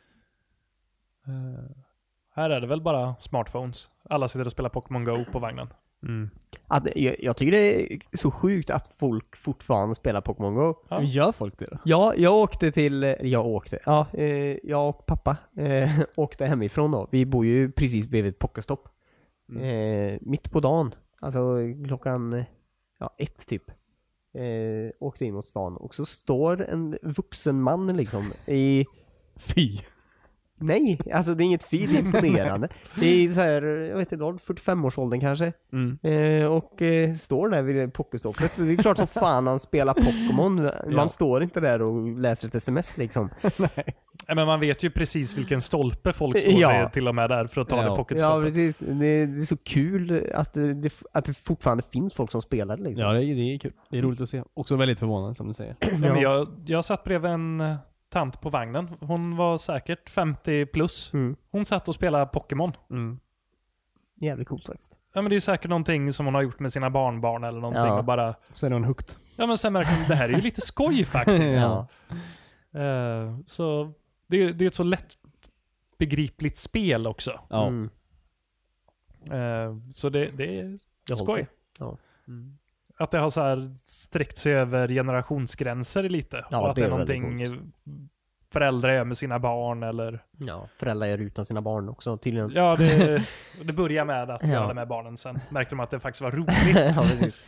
Uh, här är det väl bara smartphones. Alla sitter och spelar Pokémon Go på vagnen. Mm. Att, jag, jag tycker det är så sjukt att folk fortfarande spelar Pokémon Go. Ja. Men gör folk det då? Ja, jag åkte till, jag åkte, ja, eh, jag och pappa eh, åkte hemifrån då. Vi bor ju precis bredvid ett Pokéstopp. Mm. Eh, mitt på dagen, alltså klockan, eh, ja, ett typ. Eh, åkte in mot stan och så står en vuxen man liksom i, Fy! nej, alltså det är inget fint imponerande. Det är så här, jag vet inte, fyrtiofem-årsåldern kanske. Mm. Eh, och eh, står där vid Pokéstoppet. Det är klart som fan han spelar Pokémon. Man Ja. står inte där och läser ett sms liksom. Nej. Ja, men man vet ju precis vilken stolpe folk står Ja. med till och med där för att ta Ja. det Ja, pocketstoppet. precis. Det, det är så kul att det, att det fortfarande finns folk som spelar det, liksom. Ja, det är, det är kul. Det är roligt att se. Också väldigt förvånande som du säger. Ja, men jag, jag satt bredvid en eh, tant på vagnen. Hon var säkert femtio plus. Mm. Hon satt och spelade Pokémon. Mm. Jävligt coolt faktiskt. Ja, men det är säkert någonting som hon har gjort med sina barnbarn eller någonting. Ja. Och bara, Sen är hon hooked. ja men sen märker hon, det här är ju lite skoj faktiskt. Ja. Eh, så det är det är ett så lätt begripligt spel också. Ja. Mm. Eh, så det, det är Det håller skoj. sig. Ja. Mm. Att det har så här sträckt sig över generationsgränser lite. Ja, och att det det är är väldigt någonting föräldrar gör med sina barn eller... Ja, föräldrar gör utan sina barn också tydligen. Ja, det, det börjar med att Ja. göra det med barnen. Sen märkte de att det faktiskt var roligt. Ja, precis.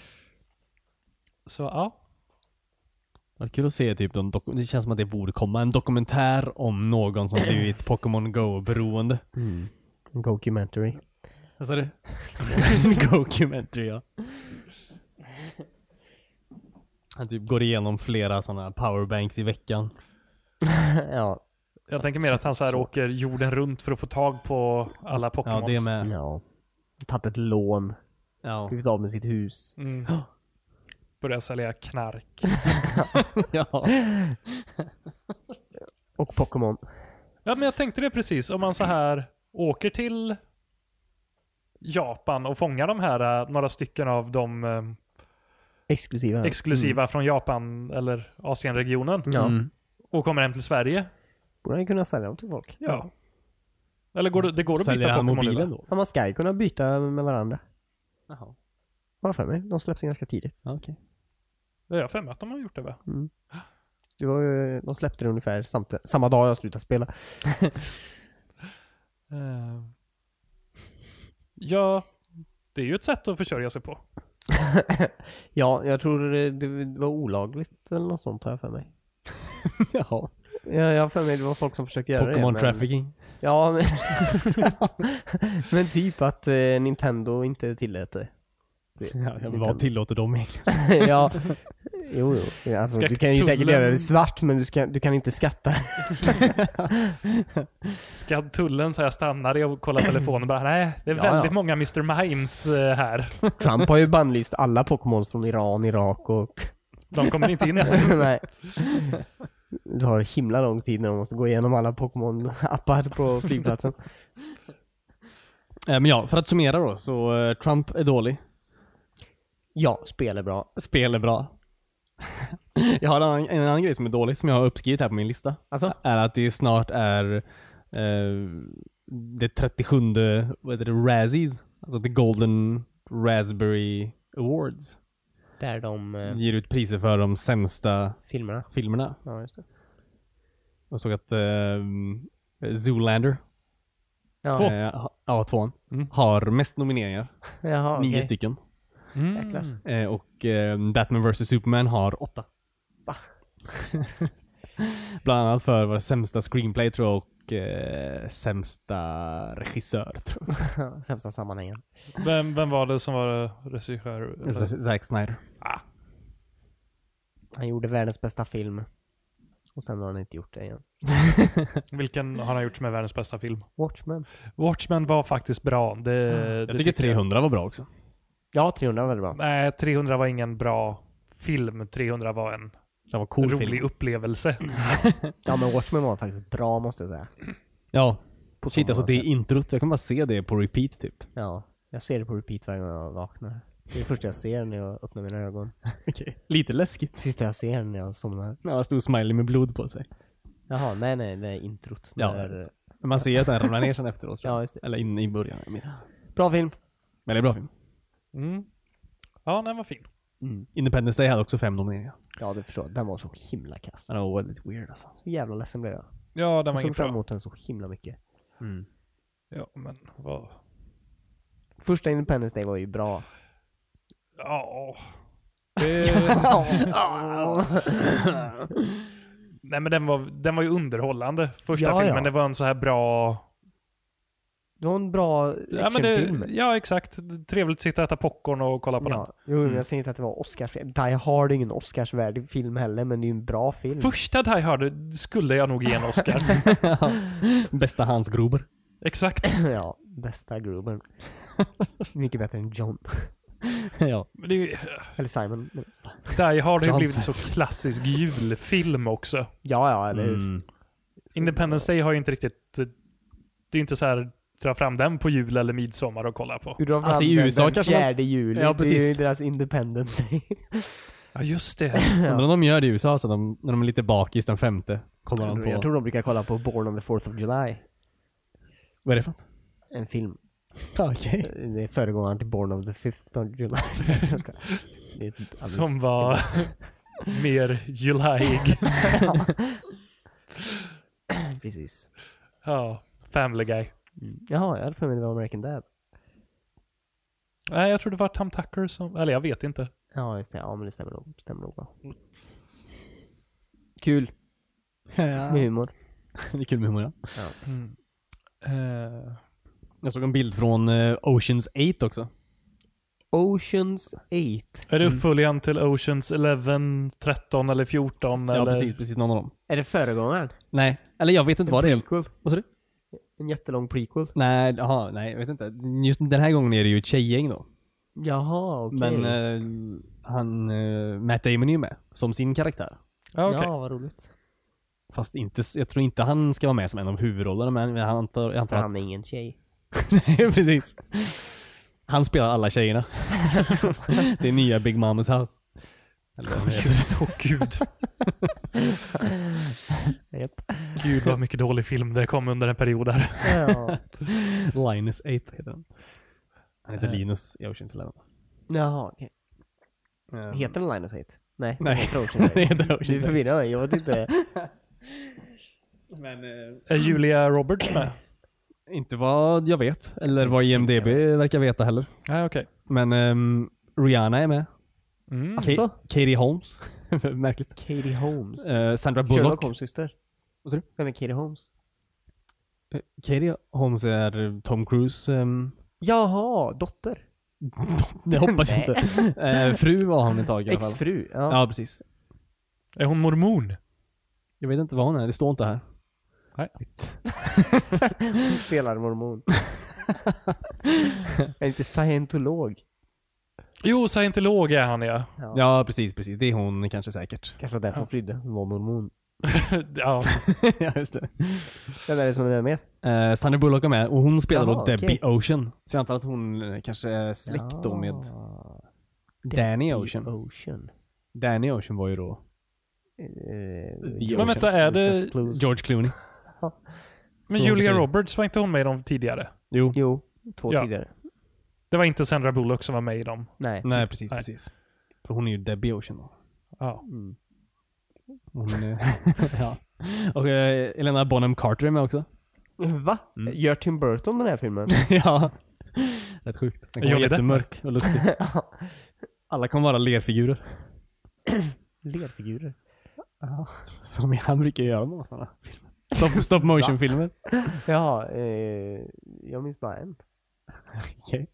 Så ja. Vad kul att se typ de dok- det känns som att det borde komma en dokumentär om någon som blivit Pokémon Go-beroende. Mm. En documentary. Vad sa du? Go-documentary, ja. Han typ går igenom flera sådana powerbanks i veckan. Ja. Jag tänker mer att han så här åker jorden runt för att få tag på alla Ja, Pokémons. det med. Ja. Tagit ett lån. Ja. Blivit av med sitt hus. Mm. Börjar sälja knark. Ja. Och Pokémon. Ja, men jag tänkte det precis. Om man så här åker till Japan och fångar de här, äh, några stycken av de äh, Exklusiva. exklusiva från Japan eller Asienregionen Ja. Mm. och kommer hem till Sverige. Borde han kunna sälja dem till folk? Ja. Eller går det, det går att Säljer byta han Pokémon nu, mobilen va? då? Ja, man ska ju kunna byta med varandra. Jaha. Vad för mig? De släpps ganska tidigt. Ja, okej. Jag har för mig att de har gjort det, va? Mm. Det var ju, de släppte det ungefär samt, samma dag jag slutade spela. Uh, ja, det är ju ett sätt att försörja sig på. Ja, jag tror det, det var olagligt eller något sånt här för mig. Jaha. Ja, jag har för mig det var folk som försökte göra Pokémon det. men- trafficking. Ja, men, men typ att eh, Nintendo inte tillät det. Ja, men vad tillåter de Ja, egentligen? jo, jo. Alltså, Ska du kan ju säkert tullen- göra det svart, men du, ska, du kan inte skatta. Ska tullen säga stannar och kolla telefonen och bara, nej, det är Ja, väldigt ja. många mister Mimes eh, här. Trump har ju bannlyst alla Pokémon från Iran, Irak och... De kommer inte in. Nej. Det tar himla lång tid när de måste gå igenom alla Pokémon-appar på flygplatsen. Eh, Men ja, för att summera då, så eh, Trump är dålig. Ja, spel är bra. Spel är bra. Jag har en, annan- en annan grej som är dålig, som jag har uppskrivit här på min lista. Alltså? Är att det snart är eh, det trettiosjunde vad heter det, Razzies, alltså The Golden Raspberry Awards. Där de eh, Ger ut priser för de sämsta filmerna. filmerna. Ja, just det. Jag såg att eh, Zoolander, Ja, eh, ha- ja, tvåan, Mm. har mest nomineringar. Jaha, Nio okej. stycken. Mm. Jäklar. Eh, och eh, Batman versus. Superman har åtta. Va? Bland annat för vad sämsta screenplay tror jag och eh, sämsta regissör tror jag. Sämsta sammanhangen. Vem, vem var det som var regissör? eller? Z- Zack Snyder. Han gjorde världens bästa film. Och sen har han inte gjort det igen. Vilken har han gjort som är världens bästa film? Watchmen. Watchmen var faktiskt bra. Det, Jag det tycker trehundra var bra också. Ja, trehundra var väldigt bra. Nej, trehundra var ingen bra film. trehundra var en Det var cool rolig film. upplevelse. Ja, men Watchmen var faktiskt bra måste jag säga. Ja, På så shit alltså många det är sätt. introt. Jag kan bara se det på repeat typ. Ja, jag ser det på repeat varje gång jag vaknar. Det är det första jag ser när jag öppnar mina ögon. Okej. Lite läskigt. Det sista jag ser när jag somnar. Ja, stor smiley med blod på sig. Jaha, nej nej, det är introt. Ja, När- jag vet. Men man ser att den ramlar ner sen efteråt. tror jag. Ja, just det. Eller in i början. Jag minns inte. Bra film. Men det är bra film. Mm. Ja, den var fin. Mm. Independence Day hade också fem nomineringar. Ja, det förstår jag. Den var så himla kass. Den var väldigt weird alltså. Så jävla ledsen blev jag. Ja, den Jag var såg ingen fram bra. emot den så himla mycket. Mm. Ja, men vad... Första Independence Day var ju bra. Ja... Det... Nej, men den var, den var ju underhållande. Första Ja, filmen, ja. det var en så här bra... Det var en bra Ja, men det, actionfilm. ja, exakt. Trevligt att sitta och äta popcorn och kolla på Ja, jo, men jag säger inte att det var Oscars. Die Hard är ingen Oscarsvärdig film heller, men det är ju en bra film. den. Första Die Hard skulle jag nog ge en Oscar. Bästa Hans Gruber. Exakt. Ja, bästa Gruber. Mycket bättre än John. Ja. Men det är, ju- Eller Simon. Die Hard har ju John blivit says. så klassisk julfilm också. Ja, ja, eller hur? Mm. Så- Independence Day har ju inte riktigt... Det är inte så här dra fram den på jul eller midsommar och kolla på. Du drar fram Alltså, i den, U S A den kanske man- fjärde juli. Ja, Det är ju precis. deras Independence Day. Ja, just det. Undrar om de gör det i U S A så de, när de är lite bakis den femte. Kollar de på... Jag tror de brukar kolla på Born on the fourth of July. Vad är det för något? En film. Okej. Det är föregångaren till Born on the fifth of July. Jag ska- det är ett- alltså- Som var mer julayig. Ja. Precis. Ja, Family Guy. Mm. Jaha, jag hade för mig det var American Dad. Nej, jag tror det var Tom Tucker som... Eller jag vet inte. Ja, just det. Ja, men det stämmer nog. Stämmer nog bra. Kul. Ja. Med humor. Det är kul med humor, ja. Mm. Eh, Jag såg en bild från eh, Oceans eight också. Oceans eight. är det uppföljaren till Oceans eleven, tretton eller fjorton? Ja, eller? precis, precis någon av dem. Är det föregångaren? Nej, eller jag vet inte vad det är. Prequel. Vad sa du? En jättelång prequel. Nej, jaha, nej, jag vet inte. Just den här gången är det ju ett tjejgäng då. Jaha, okej. Men eh, han, eh, Matt Damon är ju med som sin karaktär. Ja, okej. Ja, vad roligt. Fast inte, jag tror inte han ska vara med som en av huvudrollerna, men jag antar, jag För antar han att... är ingen tjej. Nej, precis. Han spelar alla tjejerna. Det är nya Big Mamas House. Eller vad det heter. Just, åh gud. Japp. Gud vad mycket dålig film det kom under en period där. Ja. Linus eight heter han. Han heter Eh. Linus i Oceans eleven. Jaha, okej. Um, Heter den Linus eight? Nej, Nej. den heter Oceans Det eight. heter Oceans Du eight. förvirrar mig, jag vet inte. Men, eh, Är Julia Roberts med? inte vad jag vet. Eller vad I M D B verkar veta heller. Nej, okej. Men ehm, Rihanna är med. Mm. Alltså? Ka- Katie Holmes. Märkligt. Katie Holmes. Eh, Sandra Sherlock Bullock. Holmes syster. Vad sa du? Vem är Katie Holmes? Eh, Katie Holmes är Tom Cruise. ehm, Jaha, dotter. det hoppas jag Nej. inte. Eh, fru var hon ett tag i alla fall. Exfru. Ja. Ja, precis. Är hon mormon? Jag vet inte vad hon är. Det står inte här. Nej. Spelar mormon. Är inte scientolog? Jo, scientolog är han ja. Ja. Ja, precis, precis. Det är hon kanske säkert. Kanske var därför hon Ja. flydde. Hon var mormon. Ja. Ja, just det. Vem är det som är med? Eh, Sandra Bullock är med och hon spelar Jaha, då Debbie okej. Ocean. Så jag antar att hon eh, kanske är släkt då med Ja. Danny Debbie Ocean. Ocean. Danny Ocean var ju då Eh, The Men Ocean. vänta, är det Disclose. George Clooney. Men Så Julia precis. Roberts var inte hon med i dem tidigare? Jo. Jo, två Ja. tidigare. Det var inte Sandra Bullock som var med i dem. Nej. Nej, precis, Nej. precis. För hon är ju Debbie Ocean då. Ja. Mm. Hon är, ja. Och eh, Elena Bonham Carter är med också. Va? Mm. Gör Tim Burton den här filmen? Ja. Rätt sjukt. Den kan vara Johnny Depp jättemörk och lustig. Alla kommer vara lerfigurer. Lerfigurer. Ja. Som han brukar göra med sådana filmer. Stop, stop motion filmer. Ja, eh, jag minns bara en. Okej.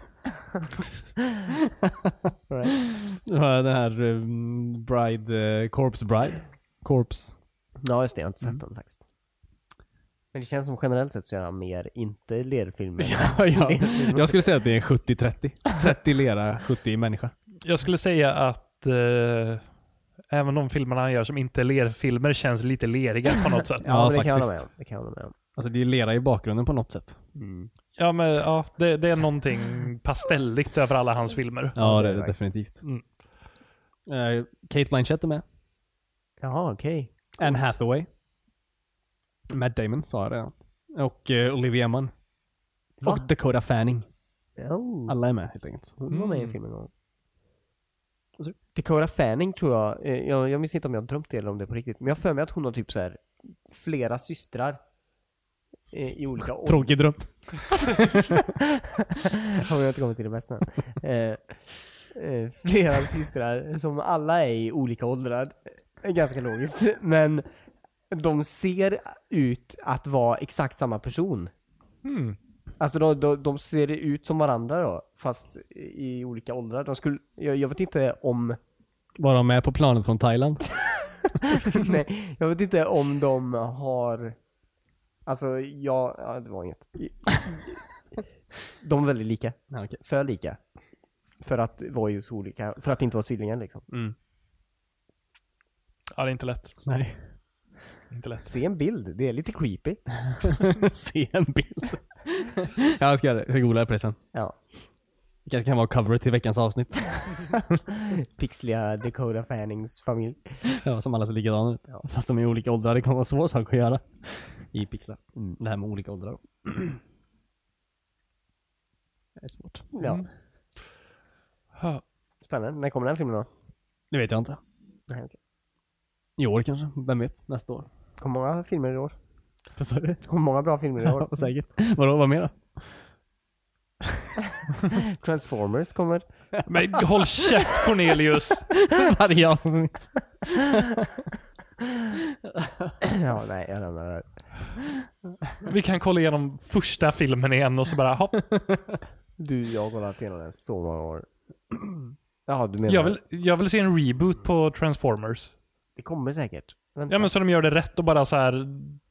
Right. Okay. Den här um, Bride, uh, Corpse Bride. Corpse. Ja, just det. Jag har inte sett Mm. den faktiskt. Men det känns som generellt sett så är han mer inte lerfilmer. Ja, ja. Jag skulle säga att det är sjuttio trettio. trettio lera, sjuttio människa. Jag skulle säga att eh, även de filmerna han gör som inte är lerfilmer känns lite leriga på något sätt. Ja, Ja, men det kan jag hålla faktiskt. med om. Det kan jag hålla med om. Alltså det är lera i bakgrunden på något sätt. Mm. Ja, men ja, det, det är någonting pastelligt över alla hans filmer. Ja, det det är är det faktiskt. definitivt. Mm. Uh, Kate Blanchett är med. Jaha, okej. Anne Hathaway. Matt Damon sa jag redan. Och uh, Olivia Munn. Va? Och Dakota Fanning. Oh. Alla är med helt enkelt. Hon var med i Mm. filmen en gång. Dakota Fanning tror jag, eh, jag, jag minns inte om jag har drömt det eller om det är på riktigt, men jag har för mig att hon har typ så här flera systrar eh, i olika åldrar. Tråkig dröm. Har jag inte kommit till det bästa. Eh, eh, flera systrar som alla är i olika åldrar. Eh, Ganska logiskt. Men de ser ut att vara exakt samma person. Hmm. Alltså de, de, de ser ut som varandra då, fast i olika åldrar. De skulle, jag, jag vet inte om Var de med på planet från Thailand? nej, jag vet inte om de har alltså jag, ja det var inget. De är väldigt lika. Ja, okej. För lika. För att vara ju så olika, för att inte vara tvillingar liksom. Mm. Ja, det är inte lätt. Nej. Inte lätt. Se en bild, det är lite creepy. Se en bild. Ja, jag ska, jag ska googla på det sen. Ja. Det kanske kan vara coveret till veckans avsnitt. Pixliga Dakota Fannings familj. Ja, som alla ser likadana ut. Ja. Fast de är i olika åldrar. Det kan vara svår sak att göra. I pixlar. Mm. Det här med olika åldrar då. Det är svårt. Ja. Mm. Ja. Spännande. När kommer den filmen då? Det vet jag inte. Nej, okej. I år kanske. Vem vet? Nästa år. Kommer många filmer i år? Vad sa du? Kommer många bra filmer i år? Ja, säkert. Vadå, vad mer då? Transformers kommer. Men håll käft, Cornelius! Varje avsnitt. Ja, nej, jag lämnar det här. Vi kan kolla igenom första filmen igen och så bara hopp. Du, jag har kollat igenom den så många år. Jaha, du menar Jag vill, jag vill se en reboot på Transformers. det kommer säkert. Vänta. Ja, men så de gör det rätt och bara så här.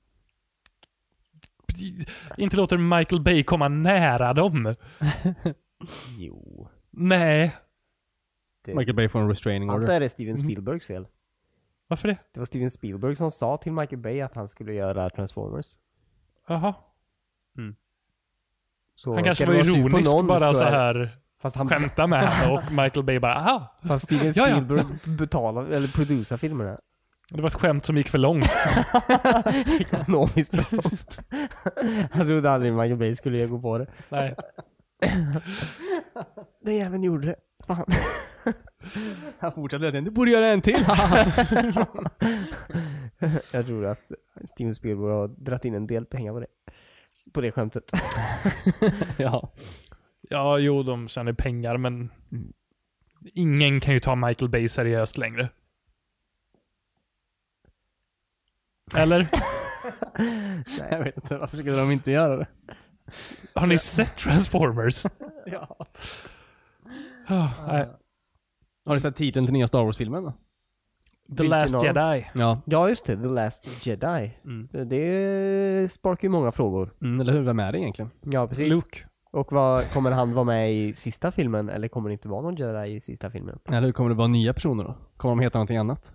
Inte låter Michael Bay komma nära dem. Jo. Nej. Det... Michael Bay får en restraining Allt order. det här är Steven Spielbergs fel. Varför det? Det var Steven Spielberg som sa till Michael Bay att han skulle göra Transformers. Jaha. Så Han kanske ska var det vara sur på ironisk någon bara så är- här. Fast han Skämta med henne och Michael Bay bara aha. fast Steven Ja, ja. Spielberg betalar eller producerar filmerna. Det var ett skämt som gick för långt. Ekonomiskt långt. Jag trodde aldrig Michael Bay skulle gå på det. Nej. Den jäveln gjorde det. Fan. Han fortsätter den. Du borde göra en till. Jag tror att Steven Spielberg har dratt in en del pengar på det. På det skämtet. Ja. Ja, jo, de tjänar pengar, men Mm. ingen kan ju ta Michael Bay seriöst längre. Eller? Jag vet inte. Varför skulle de inte göra det? Har ni sett Transformers? Ja. Oh, nej. Har du sett titeln till nya Star Wars-filmen då? The Vilken Last av dem? Jedi. Ja. Ja, just det. The Last Jedi. Mm. Det sparkar ju många frågor. Mm, eller hur? Vem är det egentligen? Ja, precis. Luke. Och vad, kommer han vara med i sista filmen? Eller kommer det inte vara någon Jedi i sista filmen? Eller hur? Kommer det vara nya personer då? Kommer de heta någonting annat?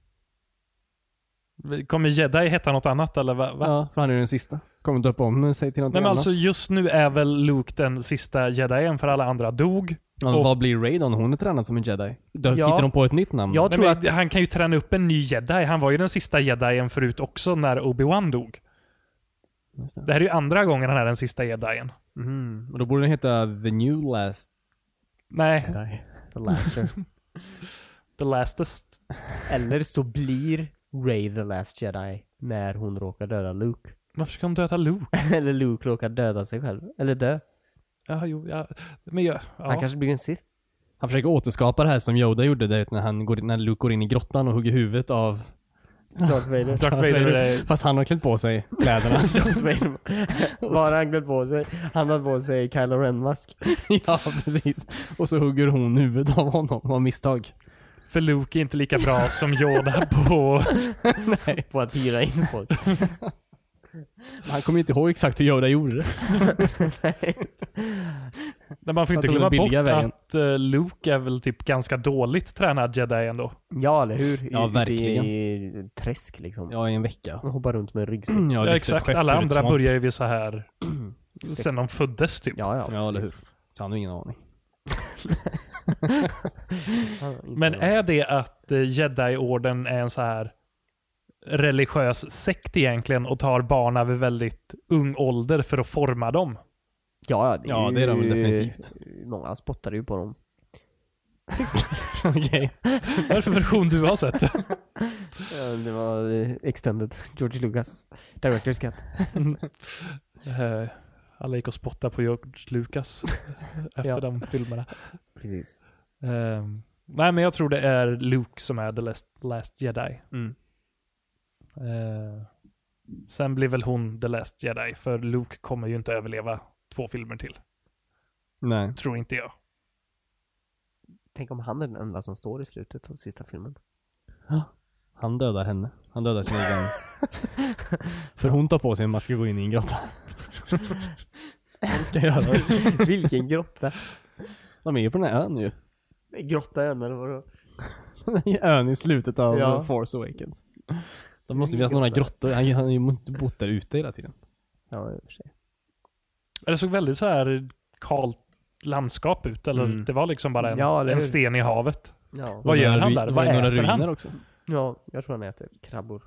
Kommer Jedi heta något annat eller va? va? Ja, för han är ju den sista. Kommer döpa om sig till någonting Nej, men annat. alltså just nu är väl Luke den sista jedien för alla andra dog. Ja, och- vad blir Rey då? Hon är tränad som en jedi. Då Ja. hittar de på ett nytt namn. Jag Nej, tror men att... Han kan ju träna upp en ny jedi. Han var ju den sista jedien förut också när Obi-Wan dog. just det. Det här är ju andra gången han är den sista jedien. Mm. Och då borde den heta The New Last Nej, Jedi. The Laster. The Lastest. Eller så blir Rey the Last Jedi när hon råkar döda Luke. Varför ska hon döda Luke? Eller Luke råkar döda sig själv. Eller dö. Ja, jo, ja. Men jag, ja. Han kanske blir en Sith. Han försöker återskapa det här som Yoda gjorde där, när, han går, när Luke går in i grottan och hugger huvudet av Darth Vader. Darth Vader är... Fast han har klätt på sig kläderna. Darth Vader. Vad har han glömt på sig? Han har på sig Kylo Ren-mask. Ja, precis. Och så hugger hon huvudet av honom av misstag. För Luke är inte lika bra som Yoda på... Nej. På att hyra in folk. Han kommer inte ihåg exakt hur Yoda gjorde det. Men man får Så inte att de glömma bort billiga vägen. att uh, Luke är väl typ ganska dåligt tränad jedi ändå. Ja, eller hur? I, Ja, verkligen. I träsk liksom. Ja, i en vecka. Han hoppar runt med en ryggsäck. Ja, Ja, det är exakt. ett skepp Alla ur ett andra svamp. börjar ju vid så här Sex. sen de föddes typ. Ja, ja. Ja, eller hur? precis. Så han har ingen aning. Han har inte Men någon- är det att uh, Jedi-orden är en så här religiös sekt egentligen och tar barn över väldigt ung ålder för att forma dem? Ja, det är, Ja, ju, det är de väl definitivt. Många spottar ju på dem. Okej. Vad är det för version du har sett? Ja, det var eh, extended. George Lucas. Director's cut. Eh, Alla gick och spottade på George Lucas efter Ja. de filmerna. Precis. Ehm, nej, men jag tror det är Luke som är The Last, last Jedi. Mm. Eh, sen blir väl hon The Last Jedi, för Luke kommer ju inte överleva två filmer till. Nej. Tror inte jag. Tänk om han är den enda som står i slutet av sista filmen. Han dödar henne. Han dödar sin egen... För hon tar på sig en mask och går in i en grotta. Vad ska jag göra? Vilken grotta? De är ju på den här ön ju. Grotta än eller vadå? Ön i slutet av Ja. Force Awakens. De måste ju ha några grottor. Han han har ju inte bott där ute hela tiden. Ja, i och för sig. Det såg väldigt så här kalt landskap ut, eller Mm. det var liksom bara en, Ja, eller en hur? sten i havet. Ja. Vad gör Några han ru- där? det Vad var ju några äter han? ruiner också. ja, jag tror han äter krabbor.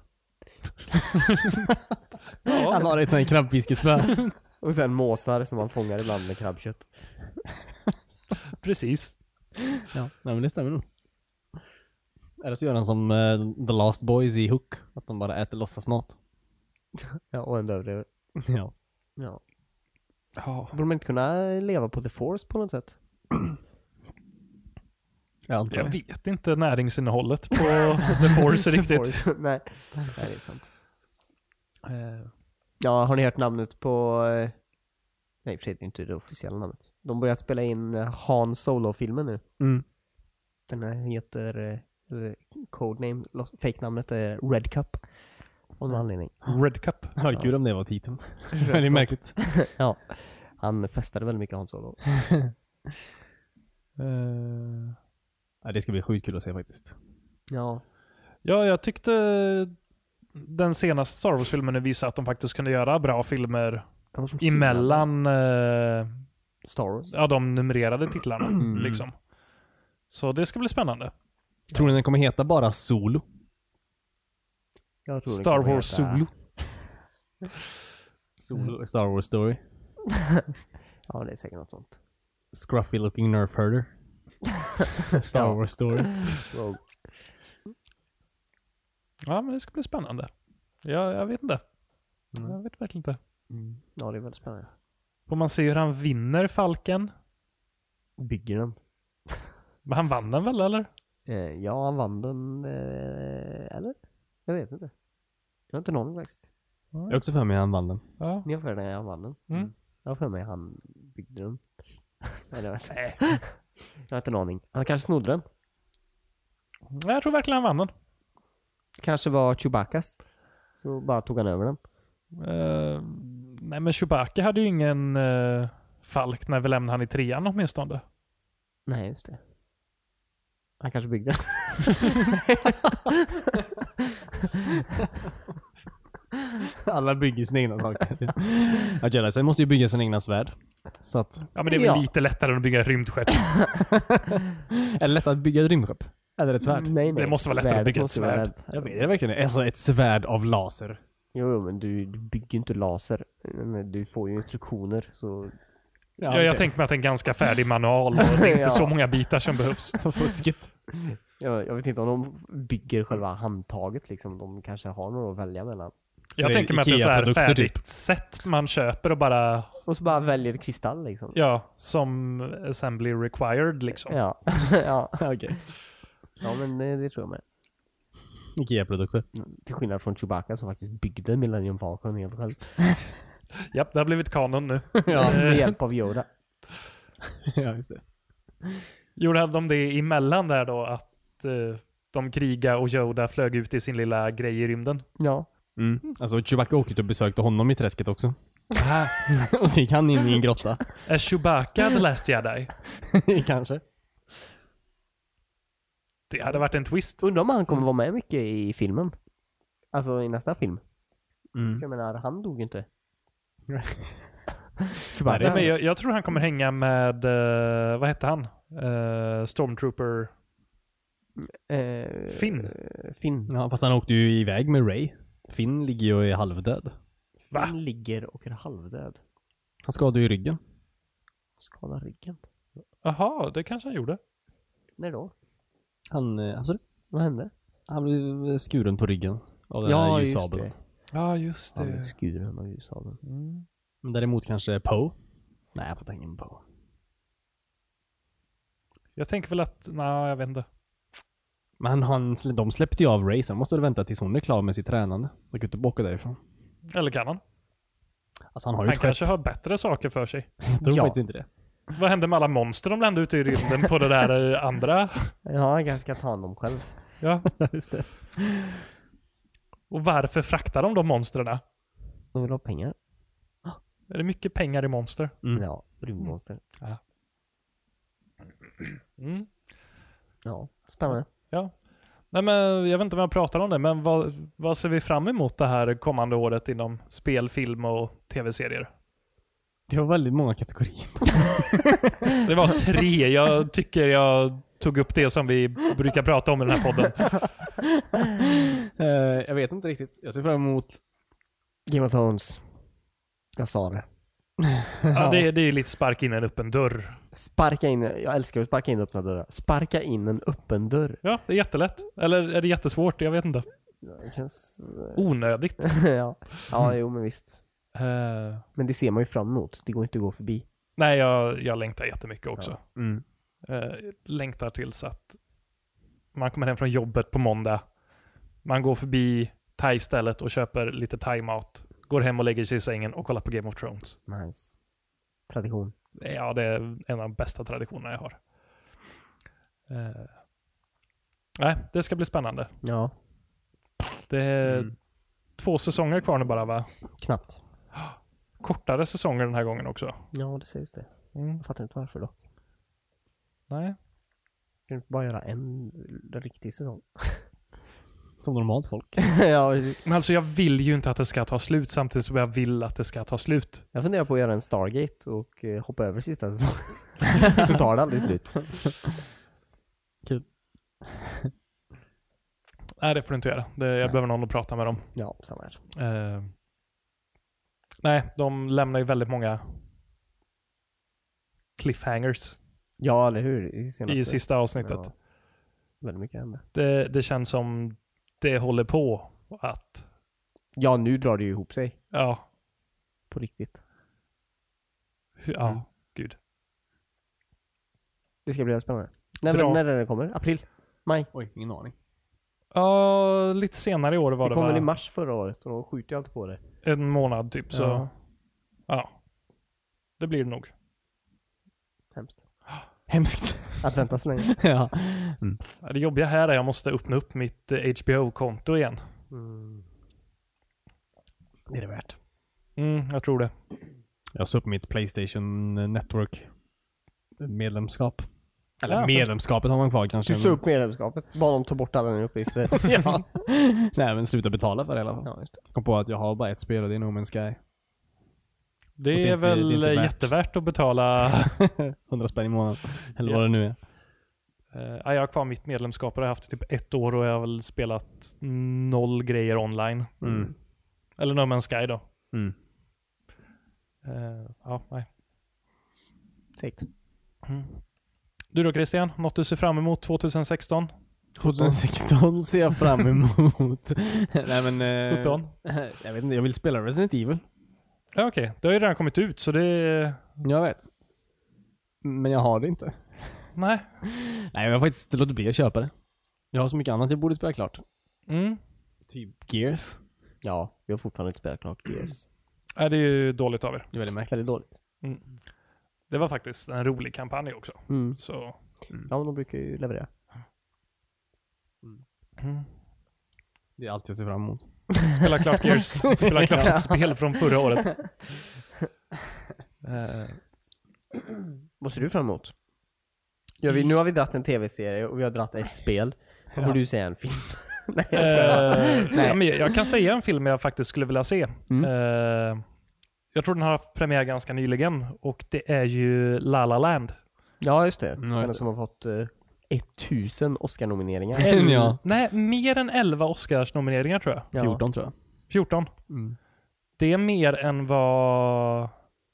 Han har ett sånt här krabbfiskespö. Och sen måsar som man fångar ibland med krabbkött. Precis. Ja, nej, men det stämmer nog. Eller så gör han som eh, The Last Boys i Hook. Att de bara äter låtsasmat. Ja, och en överlever. Ja. Ja. Ja. Borde man inte kunna leva på The Force på något sätt? Jag antar Jag det. vet inte näringsinnehållet på The Force The riktigt. Force. Nej. Nej, det är sant. Eh, Ja, har ni hört namnet på... eh, Nej, för sig, det är inte det officiella namnet. De börjar spela in eh, Han Solo-filmen nu. Mm. Den här heter... eh, eller codename, fake-namnet är Red Cup. Av någon anledning. Red Cup. Det var kul om det var titeln. Väldigt märkligt. Ja. Han festade väldigt mycket Han Solo. Eh, Ja, det ska bli sjukt kul att se faktiskt. Ja. ja, jag tyckte den senaste Star Wars-filmen visade att de faktiskt kunde göra bra filmer Det var så himla emellan eh, Star Wars. ja, de numrerade titlarna. Mm. Liksom. Så det ska bli spännande. Tror ni den kommer heta bara Solo? Jag tror det Star kommer Wars heta- Solo. Solo, Star Wars Story. Ja, det är säkert något sånt. Scruffy looking nerf herder. Star Ja. Wars Story. Wow. Ja, men det ska bli spännande. Jag, jag vet inte. Mm. Jag vet verkligen inte. Mm. Ja, det är väldigt spännande. Får man se hur han vinner Falken? Bygger den. Men han vann den väl, eller? Eh, ja, han vann den. Eh, eller? Jag vet inte. Jag har inte någon faktiskt. Jag har också för mig att han vann den. Ja. Ni har för mig att han vann den. Mm. Jag har för mig att han byggde den. Nej, jag vet inte. Jag har inte en aning. Han kanske snodde den. Jag tror verkligen han vann den. Kanske var Chewbacca's. Så bara tog han över den. Uh, nej, men Chewbacca hade ju ingen uh, Falk när vi lämnade han i trean åtminstone. Nej, just det. Han kanske byggde den. Alla bygger sina egna saker. Ja, Jedi måste ju bygga sin egna svärd. Så att... Ja, men det är väl Ja. lite lättare än att bygga ett rymdskepp. Är det lättare att bygga ett rymdskepp? Eller ett svärd? Nej, nej. Det måste vara lättare att Svärdet bygga ett måste vara svärd. lätt. Jag vet det verkligen. Alltså ett svärd av laser. Jo, jo, men du, du bygger inte laser. Men du får ju instruktioner så... Ja, jag tänker mig att det är en ganska färdig manual och det är inte Ja. så många bitar som behövs. Fuskigt. Jag, jag vet inte om de bygger själva handtaget liksom. De kanske har några att välja mellan. Så Jag det är tänker mig att det är så här Ikea-produkter färdigt typ. sätt man köper och bara, Och så bara väljer kristall liksom. ja, som assembly required liksom. Ja. Ja. Okej. Ja, men det, det tror jag med. Ikea-produkter. Till skillnad från Chewbacca som faktiskt byggde Millennium Falcon helt själv. Japp, det har blivit kanon nu. Ja. Med hjälp av Yoda. Ja, just det. Gjorde de det emellan där då att eh, de kriga och Yoda flög ut i sin lilla grej i rymden? Ja. Mm. Alltså Chewbacca åkte ut och besökte honom i träsket också. Och så gick han in i en grotta. Är Chewbacca the last jedi? Kanske. Det hade varit en twist. Undrar om han kommer vara med mycket i filmen. Alltså i nästa film. Mm. Jag menar, han dog ju inte. Nej, Chewbacca. det är Nej, men jag, jag tror han kommer hänga med, eh, vad hette han? Eh, Stormtrooper. Eh, Finn. Finn. Ja, fast han åkte ju iväg med Ray. Finn ligger ju och är halvdöd. Va? Finn ligger och är halvdöd. Han skadade ju ryggen. Skadar ryggen. Jaha, det kanske han gjorde. När då? Han, eh, absolut. Vad hände? Han blev skuren på ryggen av den Ja, här just ljussabeln. det. Ja, just Han blev skuren av ljussabeln. Mm. Men däremot kanske Poe. Nej, jag får tänka på Poe. Jag tänker väl att, nej jag vet inte. Men han, de släppte ju av Ray, så han måste väl vänta tills hon är klar med sitt tränande. Och kunde inte åka därifrån. Eller kan han? Alltså han har ju Han ett skepp. kanske har bättre saker för sig. Jag tror Ja. faktiskt inte det. Vad hände med alla monster de lämnade ute i rymden på det där eh, andra? Ja, han kanske ska ta hand om själv. Ja. Just det. Och varför fraktar de de monstren? De vill ha pengar. Är det mycket pengar i monster? Mm. Ja, rymdmonster. Mm. Ja, spännande. Ja. Nej, men jag vet inte om jag pratar om det, men vad, vad ser vi fram emot det här kommande året inom spel, film och tv-serier? Det var väldigt många kategorier. Det var tre. Jag tycker jag tog upp det som vi brukar prata om i den här podden. uh, jag vet inte riktigt. Jag ser fram emot... Game of Thrones. Jag sa det. Ja, det, är- det är lite spark in en öppen dörr. Sparka in, jag älskar att sparka in öppna dörrar. Sparka in en öppen dörr. Ja, det är jättelätt. Eller är det jättesvårt? Jag vet inte. Det känns... Onödigt. ja. Ja, jo men visst. Eh, Men det ser man ju fram emot. Det går inte att gå förbi. nej, jag, jag längtar jättemycket också. Mm. Eh, längtar tills att man kommer hem från jobbet på måndag. Man går förbi thai-stället och köper lite thai-mat. Går hem och lägger sig i sängen och kollar på Game of Thrones. Nice. Tradition. Ja, det är en av de bästa traditionerna jag har. Eh, nej, det ska bli spännande. Ja, Det är Mm. två säsonger kvar nu bara, va? knappt. Kortare säsonger den här gången också. Ja, det sägs det. Mm. Jag fattar inte varför då. Nej. Kan du inte bara göra en riktig säsong? Som normalt folk. ja, precis. Men alltså jag vill ju inte att det ska ta slut samtidigt som jag vill att det ska ta slut. Jag funderar på att göra en Stargate och eh, hoppa över sista säsongen. Så tar det aldrig slut. Kul. Nej, det får du inte göra. Det, jag Nej. behöver någon att prata med dem. Ja, samma här. Eh, nej, de lämnar ju väldigt många cliffhangers Ja, eller hur? I, senaste. i sista avsnittet. Ja, väldigt mycket hände. Det, det känns som det håller på att, Ja, nu drar det ju ihop sig. ja, På riktigt. hu- ja, Mm. gud. Det ska bli spännande. När, Dra. när är det kommer? April? Maj? Oj, ingen aning. Ja, lite senare i år var Det det, kom väl i va? mars förra året och de skjuter ju alltid på det. En månad typ, så Ja. ja. Det blir det nog. Hemskt. Hemskt. Att vänta så länge. ja. Ja, det jobbiga här är att jag måste öppna upp mitt eh, H B O-konto igen. Mm. Det är det värt. Mm, jag tror det. Jag sa upp mitt PlayStation Network medlemskap. Eller Ja. medlemskapet har man kvar kanske. Du sa upp medlemskapet. Bara de tar bort alla dina uppgifter. ja. Nej, men sluta betala för det i alla fall. Ja, just det. Jag kom på att jag har bara ett spel och det är No Man's Sky. Det det är är inte- väl det är inte eh, värt. jättevärt att betala. hundra spänn i månaden. Eller Ja. vad det nu är. Eh, ja, jag har kvar mitt medlemskap och jag har haft det typ ett år och jag har väl spelat noll grejer online. Mm. Eller No Man's Sky då. Mm. Uh, ja, nej. Säkert. Mm. Du då Christian, något du ser fram emot tjugohundrasexton? tjugohundrasexton ser jag fram emot. Nej men... Eh, sjutton? Jag vet inte, jag vill spela Resident Evil. Ja, okej. Okay. Det har ju redan kommit ut, så det... Jag vet. Men jag har det inte. Nej. Nej, jag har faktiskt låtit bli att köpa det. Jag har så mycket annat jag borde spela klart. Mm. Typ Gears. Ja, vi har fortfarande inte spelat klart Gears. Nej, det är ju dåligt av er. Det är väldigt märkligt. Väldigt dåligt. Mm. Det var faktiskt en rolig kampanj också. Mm. Så... Mm. Ja, men de brukar ju leverera. Mm. Det är allt jag ser fram emot. Spela klart Gears. Spela klart ett spel från förra året. uh. Vad ser du fram emot? Ja, vi, nu har vi dratt en tv-serie och vi har dratt ett spel. Vad får Ja. du säga en film? Nej, jag ska uh, Nej. Ja, men jag kan säga en film jag faktiskt skulle vilja se. Mm. Uh, jag tror den har haft premiär ganska nyligen. Och det är ju La La Land. Ja, just det. Ja, Den just det. som har fått uh, tusen Oscar-nomineringar. En, ja. Nej, mer än elva Oscars-nomineringar tror jag. Ja. fjorton tror jag. fjorton. Mm. Det är mer än vad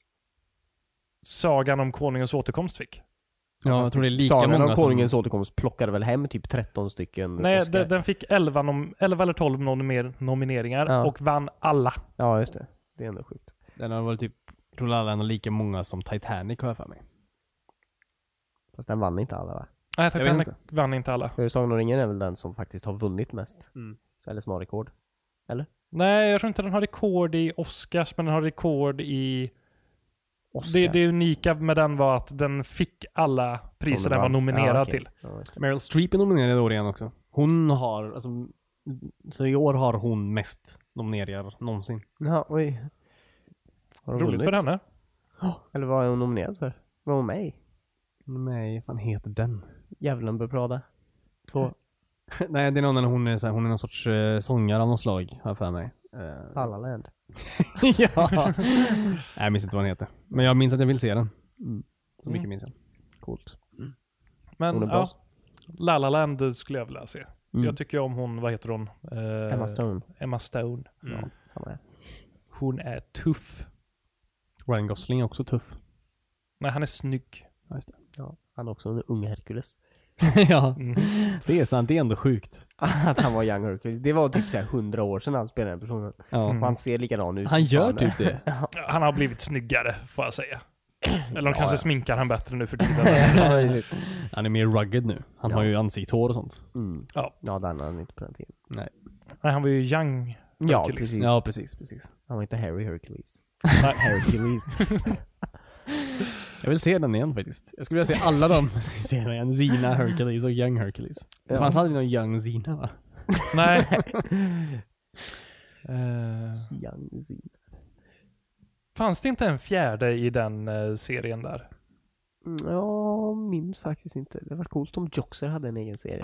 Sagan om konungens återkomst fick. Ja, jag tror det är lika Sagan många om som... konungens återkomst plockade väl hem typ tretton stycken Nej, Oscar. de, den fick elva, nom- elva eller tolv nomer- nomineringar Ja. och vann alla. Ja, just det. Det är ändå sjukt. Den har väl typ... Jag tror alla är lika många som Titanic har jag för mig. Fast den vann inte alla, va? Nej, vet Titanic inte. vann inte alla. För Sagan om ringen är väl den som faktiskt har vunnit mest. Mm. Så, eller som har rekord. Nej, jag tror inte den har rekord i Oscars, men den har rekord i... Oscar. Det, det unika med den var att den fick alla priser Som den var vann. nominerad Ja, okej. till. Ja, just det. Meryl Streep är nominerad i år igen också. Hon har... Alltså, så i år har hon mest nomineringar någonsin. Ja, oj. Har hon Roligt vunnit? för henne. Eller vad är hon nominerad för? Vad var hon med i? Nej, vad fan heter den? Djävulen bör prada. Två. Nej, det är någon när hon är så här, hon är någon sorts uh, sångare av något slag, har jag för mig. Uh, Alla Land. ja. Nej, jag minns inte vad den heter. Men jag minns att jag vill se den. Mm. Så mycket minns jag. Coolt. Men Hon är ja, bra. La La Land skulle jag vilja se. Mm. Jag tycker om hon, vad heter hon? Eh, Emma Stone. Emma Stone. Mm. Ja, samma här. Hon är tuff. Ryan Gosling är också tuff. Nej, han är snygg. Ja, just det. Ja, han är också en ung Hercules. ja, Mm. det är sant. Det är ändå sjukt. Att han var young Hercules. Det var typ så här hundra år sedan han spelade den personen. Ja. Mm. Och han ser likadan ut. Han gör fortfarande. typ det. Han har blivit snyggare, får jag säga. Eller de Ja, kanske ja. sminkar han bättre nu för tiden. Ja, precis. Han är mer rugged nu. Han Ja. har ju ansiktshår och sånt. Mm. Ja. Ja, det hade han inte på den tiden. Nej. Nej, han var ju young. Ja, Hercules. precis. Ja, precis, precis. Han var inte Harry Hercules. Nej. Hercules. Jag vill se den igen faktiskt. Jag skulle vilja se alla de serierna igen. Zina, Hercules och Young Hercules. Det Ja. fanns aldrig någon Young Zina, va? Nej. Eh, Young Z. fanns det inte en fjärde i den eh, serien där? Mm, Ja, minns faktiskt inte. Det var coolt om Joxer hade en egen serie.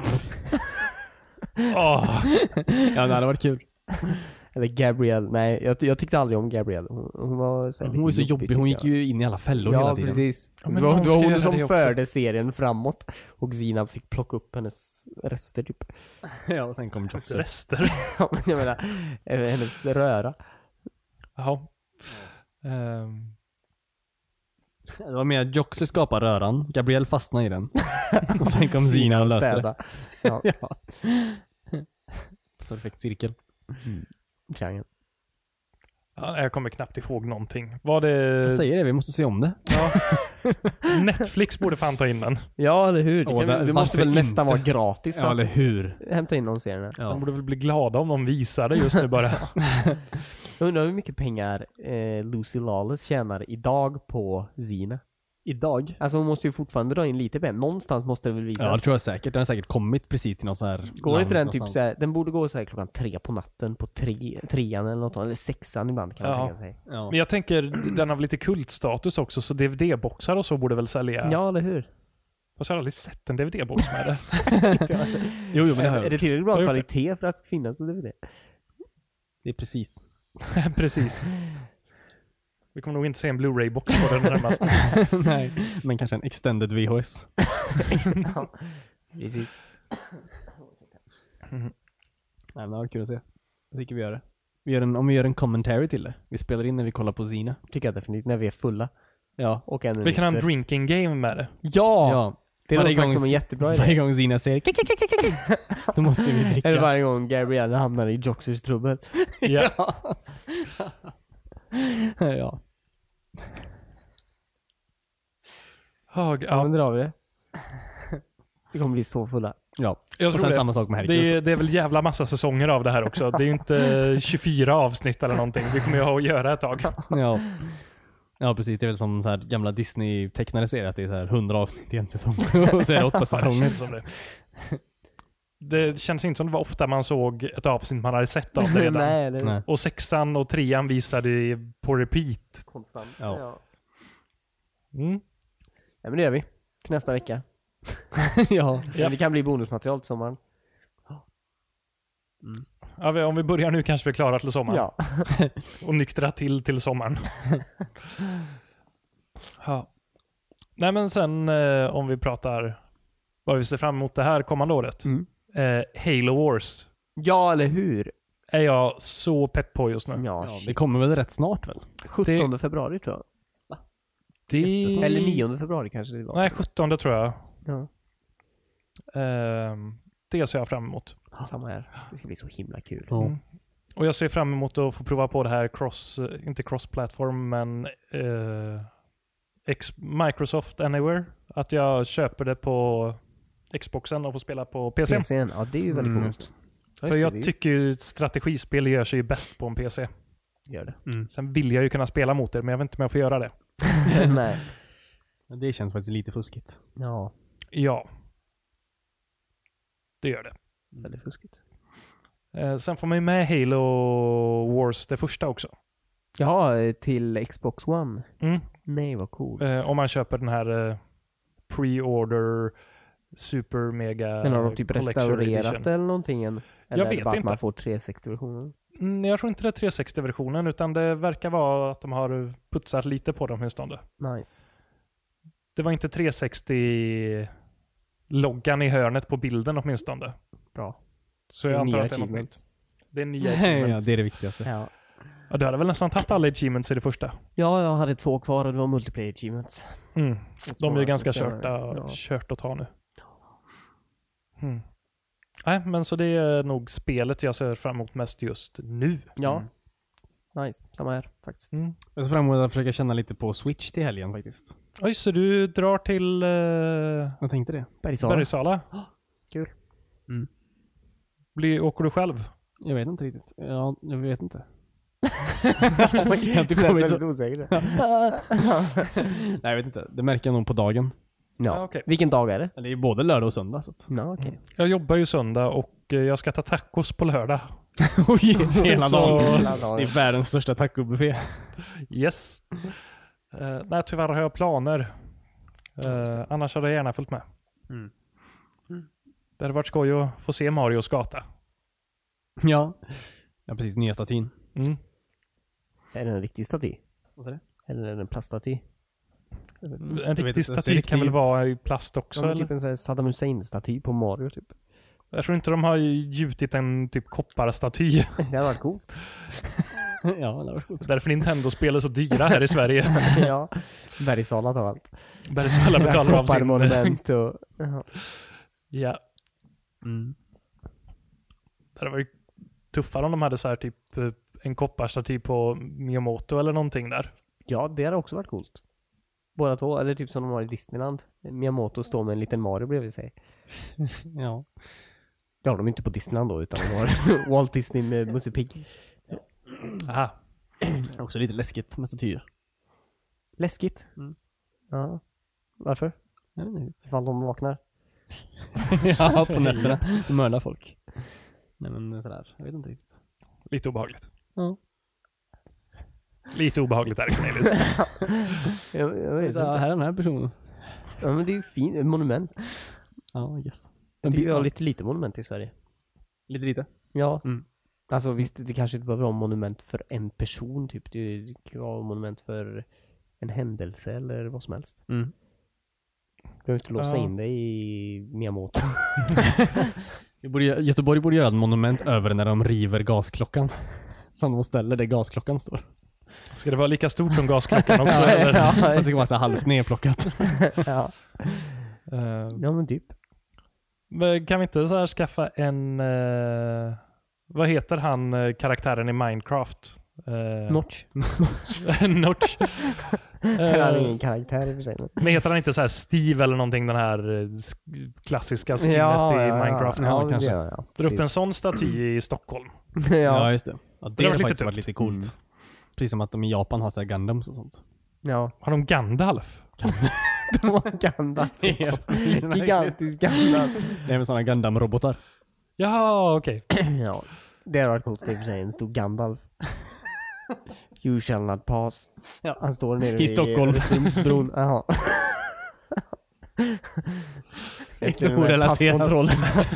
Åh, Ja, det hade varit kul. Eller Gabrielle. Nej, jag, jag tyckte aldrig om Gabrielle. Hon, hon var så här Hon var ju så lite jobbig. Hon gick tycker jag. ju in i alla fällor Ja, hela tiden. precis. Ja, men det var, någon det var ska hon göra som det också. förde serien framåt. Och Zina fick plocka upp hennes rester typ. Ja, och sen kom Joxer. rester. Ja, men jag menar, eh, hennes röra. Jaha. Ehm, Det var mer Joxer skapade röran. Gabrielle fastnade i den. Och sen kom Zina och löste det. städa. Ja, Ja. Perfekt cirkel. triangeln. ja, jag kommer knappt ihåg någonting. Var det... Jag säger det, vi måste se om det. Ja. Netflix borde fan ta in den. Ja, eller hur? Det, Åh, kan, där- det måste varför väl nästan inte? vara gratis Ja, att eller hur? hämta in de serierna. De Ja. borde väl bli glada om de visar det just nu bara. Jag undrar hur mycket pengar eh, Lucy Lawless tjänar idag på Zina. Idag? Alltså hon måste ju fortfarande dra in lite pengar. Någonstans måste det väl visas. Ja, det tror jag säkert. Den har säkert kommit precis till någon så här... Går inte den land typ någonstans. såhär, den borde gå såhär klockan tre på natten på tre, trean eller något, eller sexan ibland kan man Ja. tänka sig. Ja. Men jag tänker, den har väl lite kultstatus också, så D V D-boxar och så borde väl sälja. Ja, eller hur? Jag har aldrig sett en D V D-box med det. Jo, jo, men det, har Är jag det gjort. tillräckligt bra Jag har gjort kvalitet för att finnas på D V D? Det är precis. Precis. Vi kommer nog inte se en Blu-ray-box på den närmast. Nej, men kanske en extended V H S. Ja, precis. Mm. Nej, men det var kul att se. Jag tycker vi gör det. Vi gör en, om vi gör en commentary till det. Vi spelar in när vi kollar på Zina. Tycker jag definitivt, när vi är fulla. Ja. Och ännu Vi kan ha en nykter. drinking game med det. Ja! Ja. Det är Varje nog gång faktiskt som en jättebra idé. Varje gång Zina säger kik, kik, kik, kik, då måste vi dricka. Eller varje gång Gabrielle hamnar i Joxers trubbel. Ja. Ja. Hög, Ja, ja. men drar vi det. Vi kommer bli så fulla. Ja. Jag Och tror sen det. samma sak med Det Hercules. är, det är väl jävla massa säsonger av det här också. Det är ju inte tjugofyra avsnitt eller någonting. Vi kommer ju ha att göra ett tag. Ja. Ja, precis. Det är väl som så här gamla Disney-tecknade serier, att det är så här hundra avsnitt i en säsong. Och så är det åtta Ja, det säsonger. känns som det. Det känns inte som det var ofta man såg ett avsnitt man hade sett av det redan. Nej, det är Nej. Och sexan och trean visade ju på repeat. konstant. Ja. Ja. Mm. Ja, men det gör vi. Till nästa vecka. Ja. Men det kan bli bonusmaterial till sommaren. Ja, vi- om vi börjar nu kanske vi är klara till sommaren. Ja. Och nyktra till till sommaren. Ja. Nej, men sen eh, om vi pratar vad vi ser fram emot det här kommande året. Mm. Eh, Halo Wars Ja, eller hur? är jag så pepp på just nu. Ja, Ja, shit. det kommer väl rätt snart väl? sjuttonde februari tror jag. Det... Eller nionde februari kanske det var. Nej, sjuttonde tror jag. Ja. Ehm, det ser jag fram emot. Samma här. Det ska bli så himla kul. Ja. Mm. Och jag ser fram emot att få prova på det här cross, eh, inte cross-platform, men eh, X- Microsoft Anywhere. Att jag köper det på Xboxen och får spela på P C. P C:n, ja det är ju väldigt Mm. coolt. Ja, För just jag det, det tycker ju strategispel gör sig ju bäst på en P C. gör det. Mm. Sen vill jag ju kunna spela mot det, men jag vet inte om jag får göra det. Nej. Men det känns faktiskt lite fuskigt. Ja, Ja. Det gör det. väldigt fuskigt. Eh, sen får man ju med Halo Wars, det första också. Jaha, till Xbox One. Mm. Nej, vad coolt. Eh, om man köper den här eh, pre-order super mega Men har de typ collection restaurerat edition. eller någonting än? Eller Jag är det vet bara att inte. man får trehundrasextio-versionen? Mm, jag tror inte det är trehundrasextio-versionen, utan det verkar vara att de har putsat lite på dem åtminstone. Nice. Det var inte trehundrasextio-loggan i hörnet på bilden åtminstone. Bra. Så jag Nya antar att det är något achievements. nytt. Det är nya Ja, achievements. det är det viktigaste. Ja. Ja, du hade väl nästan tagit alla achievements i det första? ja, jag hade två kvar och det var multiplayer achievements. Mm. De är ju Två ganska som körta, spelar- ja. kört att ta nu. Mm. Nej, men så det är nog spelet jag ser fram emot mest just nu. Ja. Mm. Nice. Samma här faktiskt. Mm. Jag ser fram emot att försöka känna lite på Switch till helgen faktiskt. Oj, så du drar till eh, Jag tänkte det. Bergsala. Bergsala? Kul. Mm. Blir, åker du själv? Jag vet inte riktigt. Ja, jag vet inte. Jag har inte kommit så... osäker. Nej, jag vet inte. Det märker jag nog på dagen. Ja. Ah, okej. Vilken dag är det? Eller det är både lördag och söndag. Så att... Ja, okej. Jag jobbar ju söndag och eh, jag ska ta tacos på lördag. Oj, hela Så- dagen. Hela Det dagen. är världens största tacobuffé. Yes. Uh, nej, tyvärr har jag planer. Eh, annars hade jag gärna följt med. Mm. Det hade varit skoj att få se Marios gata. Ja. Ja, precis. Nya statyn. Mm. Är det en riktig staty? Vad sa du? Eller är det en plaststaty? En vet riktig inte, staty ser kan väl riktigt- vara i plast Ja, också? men eller? typ en sån här Saddam Hussein-staty på Mario typ. Jag tror inte de har gjutit en typ kopparstaty. Det hade varit coolt. Ja, det var coolt. Därför Nintendo-spel är så dyra här i Sverige. Ja. Bergsala tar allt. Bergsala betalar av sin... Kopparmonument och... Jaha. Ja. Mm. Det hade varit tuffare om de hade så här typ eh, en kopparstaty på Miyamoto eller någonting där. Ja, det hade också varit coolt. Båda två, eller typ som de har i Disneyland. Miyamoto står med en liten Mario bredvid sig. Ja. Det har de inte på Disneyland då, utan de har Walt Disney med Musse Pigg. Aha. Också lite läskigt med statyer. Läskigt. Mm. Ja. Varför? Jag vet inte riktigt. Ifall de vaknar. Ja, på nätterna. De mördar folk. Nej, men sådär. Jag vet inte riktigt. Lite obehagligt. Ja. Lite obehagligt där, Cornelius. jag, jag vet Så, inte. här är den här personen. Ja, men det är ju fint. Ett monument. Ja, yes. Jag tycker vi Ja. har lite lite monument i Sverige. Lite lite. Ja. Mm. Alltså visst, det kanske inte behöver vara monument för en person typ. Det kan vara monument för en händelse eller vad som helst. Mm. Du behöver inte låsa Ja. in dig i Miyamoto. Vi borde, Göteborg borde göra ett monument över när de river gasklockan. Som de ställer där gasklockan står. Ska det vara lika stort som gasklockan också? Ja, eller? ja, Och så kan man säga halvt nerplockat. ja. Eh, ja, men typ. men kan vi inte så här skaffa en... eh, vad heter han eh, karaktären i Minecraft? Uh, Notch. Notch. Han har Eh, ingen karaktär i och för sig. Men... men heter han inte så här Steve eller någonting, den här eh, sk- klassiska skinnet ja, i ja, Minecraft? Ja, Ja, det kanske. gör jag. Dra upp en sån staty i Stockholm. Ja. Ja, just det. Ja, det, Det var har lite faktiskt varit tufft. lite coolt. Mm. Precis som att de i Japan har så här Gundams och sånt. Ja. Har de Gandalf? Det var Gandalf. Gigantiskt. Gigantisk Gandalf. Det är med sådana Gundam-robotar. Ja, okej. Ja. Det har varit coolt i och för sig. En stor Gandalf. You shall not pass. Ja. Han står nere I Stockholm. Öresundsbron. Jaha. Efter med orelaterat. passkontroll.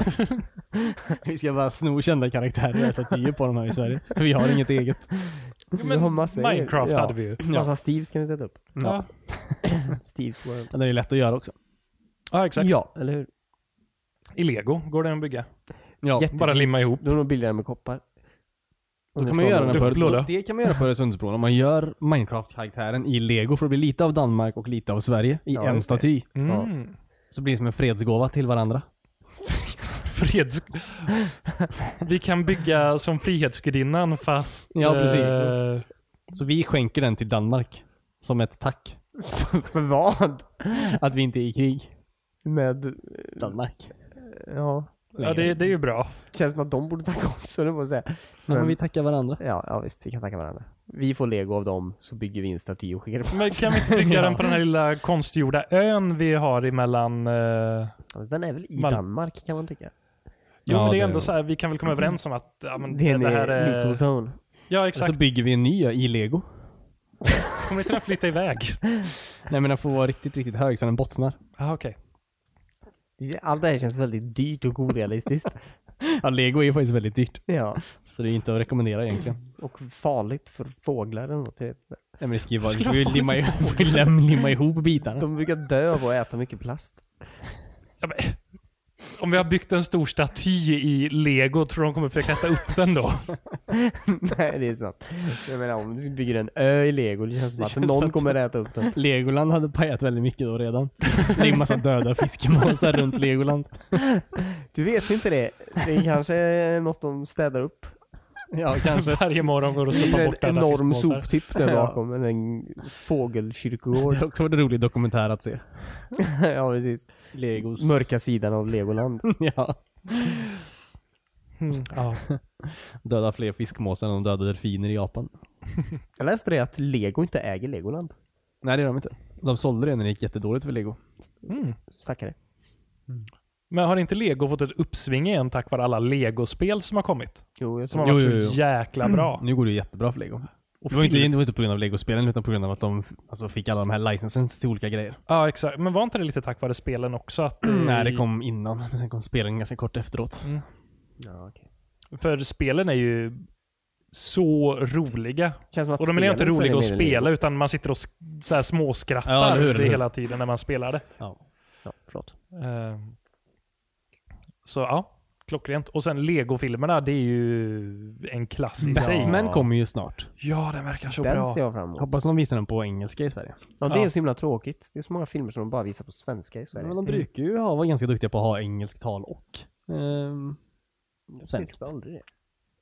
Vi ska bara sno kända karaktärer och statyer på dem här i Sverige. För vi har inget eget. Vi har massor. Minecraft Ja. hade vi ju. Massa Steves kan vi sätta upp. Ja, Steve's World. Men det är lätt att göra också. ja exakt. Ja, eller hur? I Lego går det att bygga. Ja, Jätte- Bara limma ihop. Då är de billigare med koppar. Då kan man göra den Duplo. på, det kan man göra på Öresundsbron. Om man gör Minecraft-karaktären i Lego för att bli lite av Danmark och lite av Sverige i Ja, en just det. staty. Mm. Så blir det som en fredsgåva till varandra. Freds... Vi kan bygga som Frihetsgudinnan fast... Ja, precis. eh, Så vi skänker den till Danmark. Som ett tack. För vad? Att vi inte är i krig. Med... Danmark. Ja. ja, det, det är ju bra. Känns som att de borde tacka oss, så det får säga. Ja, men vi tackar varandra. Ja, ja, visst. Vi kan tacka varandra. Vi får Lego av dem, så bygger vi en staty och skickar det på. Men kan vi inte bygga den på den här lilla konstgjorda ön vi har emellan... eh, Alltså, den är väl i Man- Danmark, kan man tycka. Jo, Ja, men det är det- ändå så här, vi kan väl komma överens om att ja, men Det är en det här neutral är... zone. Ja, exakt. Så bygger vi en ny i Lego. Kommer inte den flytta iväg? Nej, men den får vara riktigt, riktigt hög så den bottnar. Ja, okej. Allt det här känns väldigt dyrt och orealistiskt. Ja, Lego är ju faktiskt väldigt dyrt. Ja. Så det är inte att rekommendera egentligen. Och farligt för fåglar eller något. Nej, men det ska ju vara, du Skulle får ju vara limma, ihop- får ju lim- limma ihop bitarna. De brukar dö av att äta mycket plast. Ja, men, om vi har byggt en stor staty i Lego, tror du de kommer försöka äta upp den då? Nej, det är sant. Jag menar, om du bygger en ö i Lego, det känns som Det att känns någon som att- kommer äta upp den. Legoland hade pajat väldigt mycket då redan. Det är en massa döda fiskmåsar runt Legoland. Du vet inte det. Det är kanske är något de städar upp. Ja, kanske. Varje morgon går och Det sopar är en bort alla enorm fiskmåsar. soptipp där Ja. bakom. Eller en Det fågelkyrkogård. har också varit en rolig dokumentär att se. Ja, precis. Legos... Mörka sidan av Legoland. Ja. Mm, ja. Döda fler fiskmåsar än de döda delfiner i Japan. Jag läste det att Lego inte äger Legoland. Nej, det gör de inte. De sålde det när det gick jättedåligt för Lego. Mm. Stackare. Men har inte Lego fått ett uppsving igen tack vare alla Lego-spel som har kommit? Jo, jag Som har Jo, varit jo, så jo. jäkla bra. Nu går det ju jättebra för Lego. Och Det var, inte, film- det var inte på grund av Lego-spelen utan på grund av att de alltså, fick alla de här licenses till olika grejer. Ja, exakt. Men var inte det lite tack vare spelen också? Att Mm, nej, det kom innan. Men sen kom spelen ganska kort efteråt. Mm. Ja, okej. För spelen är ju så roliga. Känns som att Och de är inte spelen roliga att säljer mer än spela, Lego. utan man sitter och sk- så här småskrattar Ja, eller hur, eller hur. hela tiden när man spelar det. Ja. Ja, förlåt. Ehm, Så ja, klockrent. Och sen Lego-filmerna, det är ju en klass i sig. Batman kommer ju snart. Ja, den verkar så Den bra. ser jag fram emot. Hoppas de visar den på engelska i Sverige. Ja, det är Ja. så himla tråkigt. Det är så många filmer som de bara visar på svenska i Sverige. Men de brukar ju ha, vara ganska duktiga på att ha engelskt tal och ehm, Jag svenskt. ser aldrig det.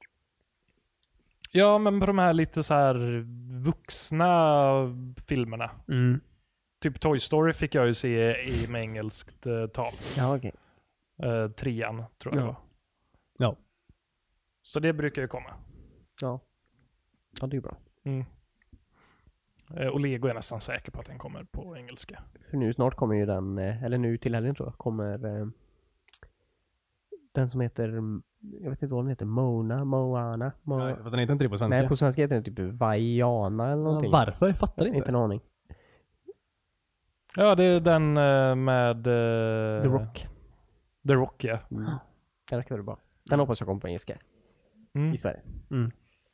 Ja, men på de här lite så här vuxna filmerna. Mm. Typ Toy Story fick jag ju se i med engelskt eh, tal. Ja, okej. Eh, trean, tror jag Ja. det var. Ja. Så det brukar ju komma. Ja. Ja, det är bra. Mm. Eh, och Lego är nästan säker på att den kommer på engelska. För nu snart kommer ju den, eh, eller nu till helgen tror jag, kommer eh, den som heter, jag vet inte vad den heter, Mona, Moana, Mo- Ja, fast den heter inte det på svenska. Nej, på svenska heter den typ Vaiana eller Ja, någonting. varför? Jag fattar inte. Inte en aning. Ja, det är den eh, med... eh, The Rock. The Rock, ja. Mm. Den verkar väl bra. Den hoppas jag kommer på engelska Mm. i Sverige. Mm.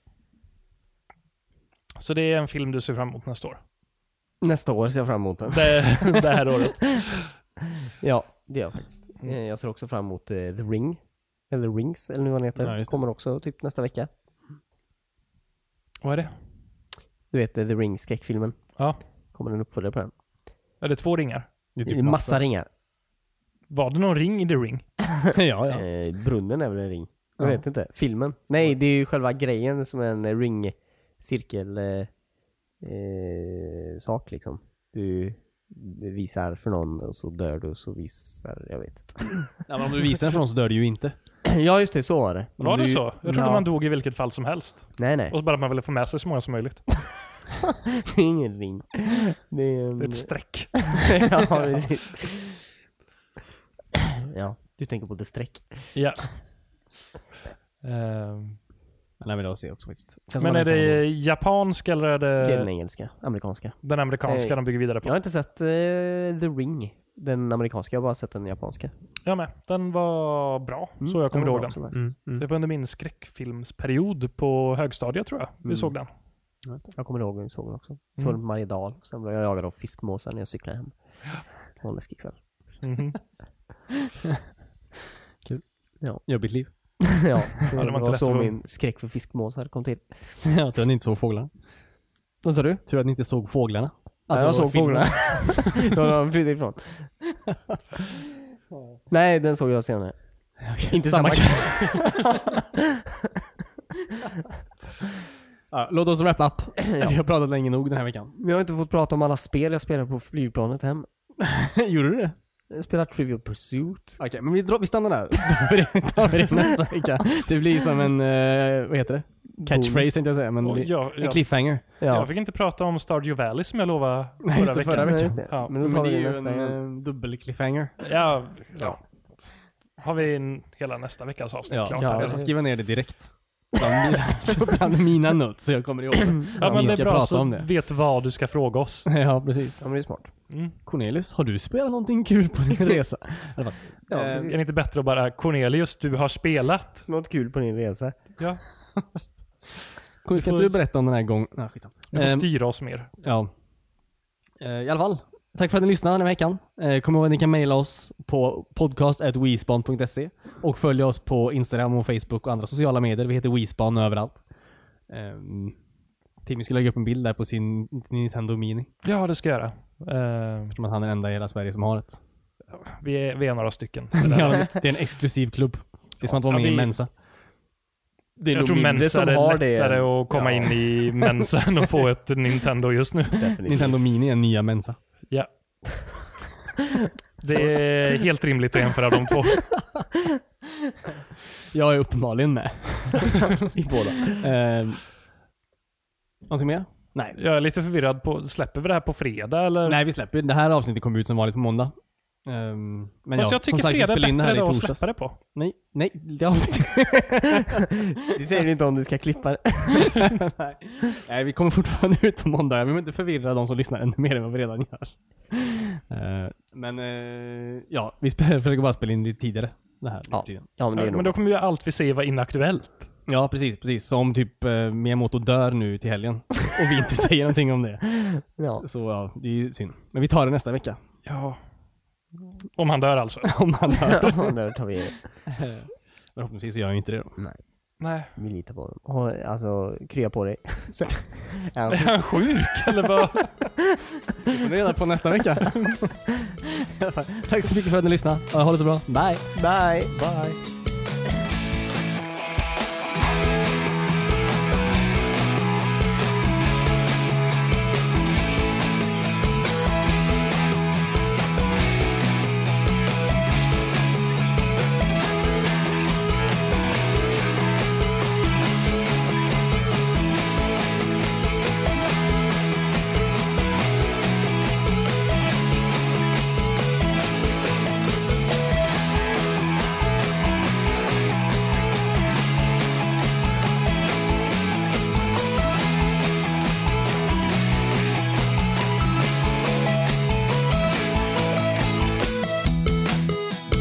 Så det är en film du ser fram emot nästa år. Nästa år ser jag fram emot den. Det, det här året. Ja, det gör jag faktiskt. Mm. Eh, Jag ser också fram emot eh, The Ring. Eller Rings, eller nu vad den heter. Ja, just det. Kommer också typ nästa vecka. Vad är det? Du vet The Ring, skräckfilmen. Ja. Kommer en uppföljare på den. Är det två ringar? Det är Det är massa ringar. Var det någon ring i The Ring? ja, ja. Eh, brunnen är väl en ring? Jag Ja. vet inte. Filmen? Nej, det är ju själva grejen som är en ring cirkel eh, eh, sak liksom. Du visar för någon och så dör du och så visar, jag vet inte. ja men om du visar för någon så dör du ju inte. Ja just det, så var det. Var det du- så? Jag trodde Ja. man dog i vilket fall som helst. Nej nej, Och så bara att man ville få med sig så många som möjligt. det är ingen ring. Det är, en... Det är ett streck. ja precis. Ja, du tänker på det streck. Ja. Ehm, Men jag vill också se också faktiskt. Känns som men man är inte har det någon- japansk eller är Det är den det engelska, amerikanska. den amerikanska Eh, de bygger vidare Jag på? har inte sett eh, The Ring, den amerikanska, jag har bara sett den japanska. Jag med. Den var bra, Mm, så jag kommer var ihåg bra den. som helst. Mm, mm. Det var under min skräckfilmsperiod på högstadiet tror jag. Vi Mm. såg den. Jag kommer ihåg hur jag såg den också. Såg Mm. den på Mariedal. Sen blev jag jagad av fiskmåsar när jag cyklade hem. Det var en läskig kväll. Mhm. Jobbigt liv. ja, det det var var, inte lätt så att- min skräck för fiskmåsar kom till. ja, tur att ni inte såg fåglarna. Vad sa du? Tur att ni inte såg fåglarna. Alltså, jag såg filmen. fåglarna. Då har de flyttat ifrån. Nej, den såg jag senare. Okej, Inte samma samma ja, låt oss wrap up. Vi har pratat länge nog den här veckan. Men jag har inte fått prata om alla spel jag spelar på flygplanet hem. Gjorde du det? Jag spelar Trivial Pursuit. Okej, men vi, drar, vi stannar där. Då tar vi det- tar vi det nästa vecka. Det blir som en, eh, vad heter det? Catchphrase tänkte jag säga, men Och det- jag, en jag, cliffhanger. Ja, jag fick inte prata om Stardew Valley som jag lovade Nej, förra just det, veckan. förra Nej, veckan. just det. Ja. Men då Men tar det vi är det ju nästa en igen. eh, dubbel cliffhanger. Ja, ja. Har vi en, hela nästa veckas avsnitt Ja, klart? ja, här? jag ska skriva ner det direkt. Bland mina, så bland mina notes så jag kommer ihåg det. Ja, men vi det är ska bra prata så om det. vet vad du ska fråga oss. Ja, precis. Ja, men det är smart. Mm. Cornelius, har du spelat någonting kul på din resa? Eller vad? Ja, Eh, precis. Är det inte bättre att bara Cornelius, du har spelat? Något kul på din resa. Ja, Cornelius, ska får- inte du berätta om den här gången? Nej, skitsamma. du får Ehm, styra oss mer. Ja. Eh, I alla fall. Tack för att ni lyssnade den här veckan. Eh, kom ihåg att ni kan mejla oss på podcast at wispan punkt se och följa oss på Instagram och Facebook och andra sociala medier. Vi heter Wispan överallt. Um, Timmy skulle lägga upp en bild där på sin Nintendo Mini. Ja, det ska jag göra. Eh, Eftersom att han är den enda i hela Sverige som har ett. vi, är, vi är några stycken. Det där. Ja, det är en exklusiv klubb. Det är som att vara Ja, med i vi- Mensa. Det är Jag nog tror mindre Mensa som är har lättare det. att komma Ja. in i Mensan och få ett Nintendo just nu. Definitivt. Nintendo Mini är nya Mensa. Ja. Det är helt rimligt att jämföra de två. Jag är uppenbarligen med. I båda. Um, någonting mer? Nej. Jag är lite förvirrad på, släpper vi det här på fredag eller? Nej, vi släpper. Det här avsnittet kommer ut som vanligt på måndag. Um, men Fast ja, jag tycker som sagt, vi fredag är spelar in det här bättre i dag att torsdags. släppa det på. Nej, nej, det avsnittet. Det säger du inte om du ska klippa det. nej. nej, vi kommer fortfarande ut på måndag. Vi vill inte förvirra de som lyssnar ännu mer än vad vi redan gör. Uh, men uh, ja, vi sp- försöker bara spela in det tidigare. Det här Ja. tiden. Ja, men det är Ja, nog men då kommer ju allt vi säger vara inaktuellt. Ja, precis, precis. Som typ uh, Miyamoto dör nu till helgen. Och vi inte säger någonting om det. Ja. Så ja, det är ju synd. Men vi tar det nästa vecka. Ja. Om han dör alltså. Om han dör. Ja, där tar vi det. Men förhoppningsvis gör han ju inte det då. Nej, Nej. vi litar på dem. Och, alltså, krya på dig. Ja. Är han sjuk eller vad? Det får ni reda på nästa vecka. Tack så mycket för att ni lyssnade. Ha det så bra. Bye. Bye! Bye.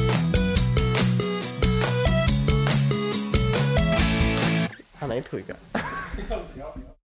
Han är inte sjuk. Ja.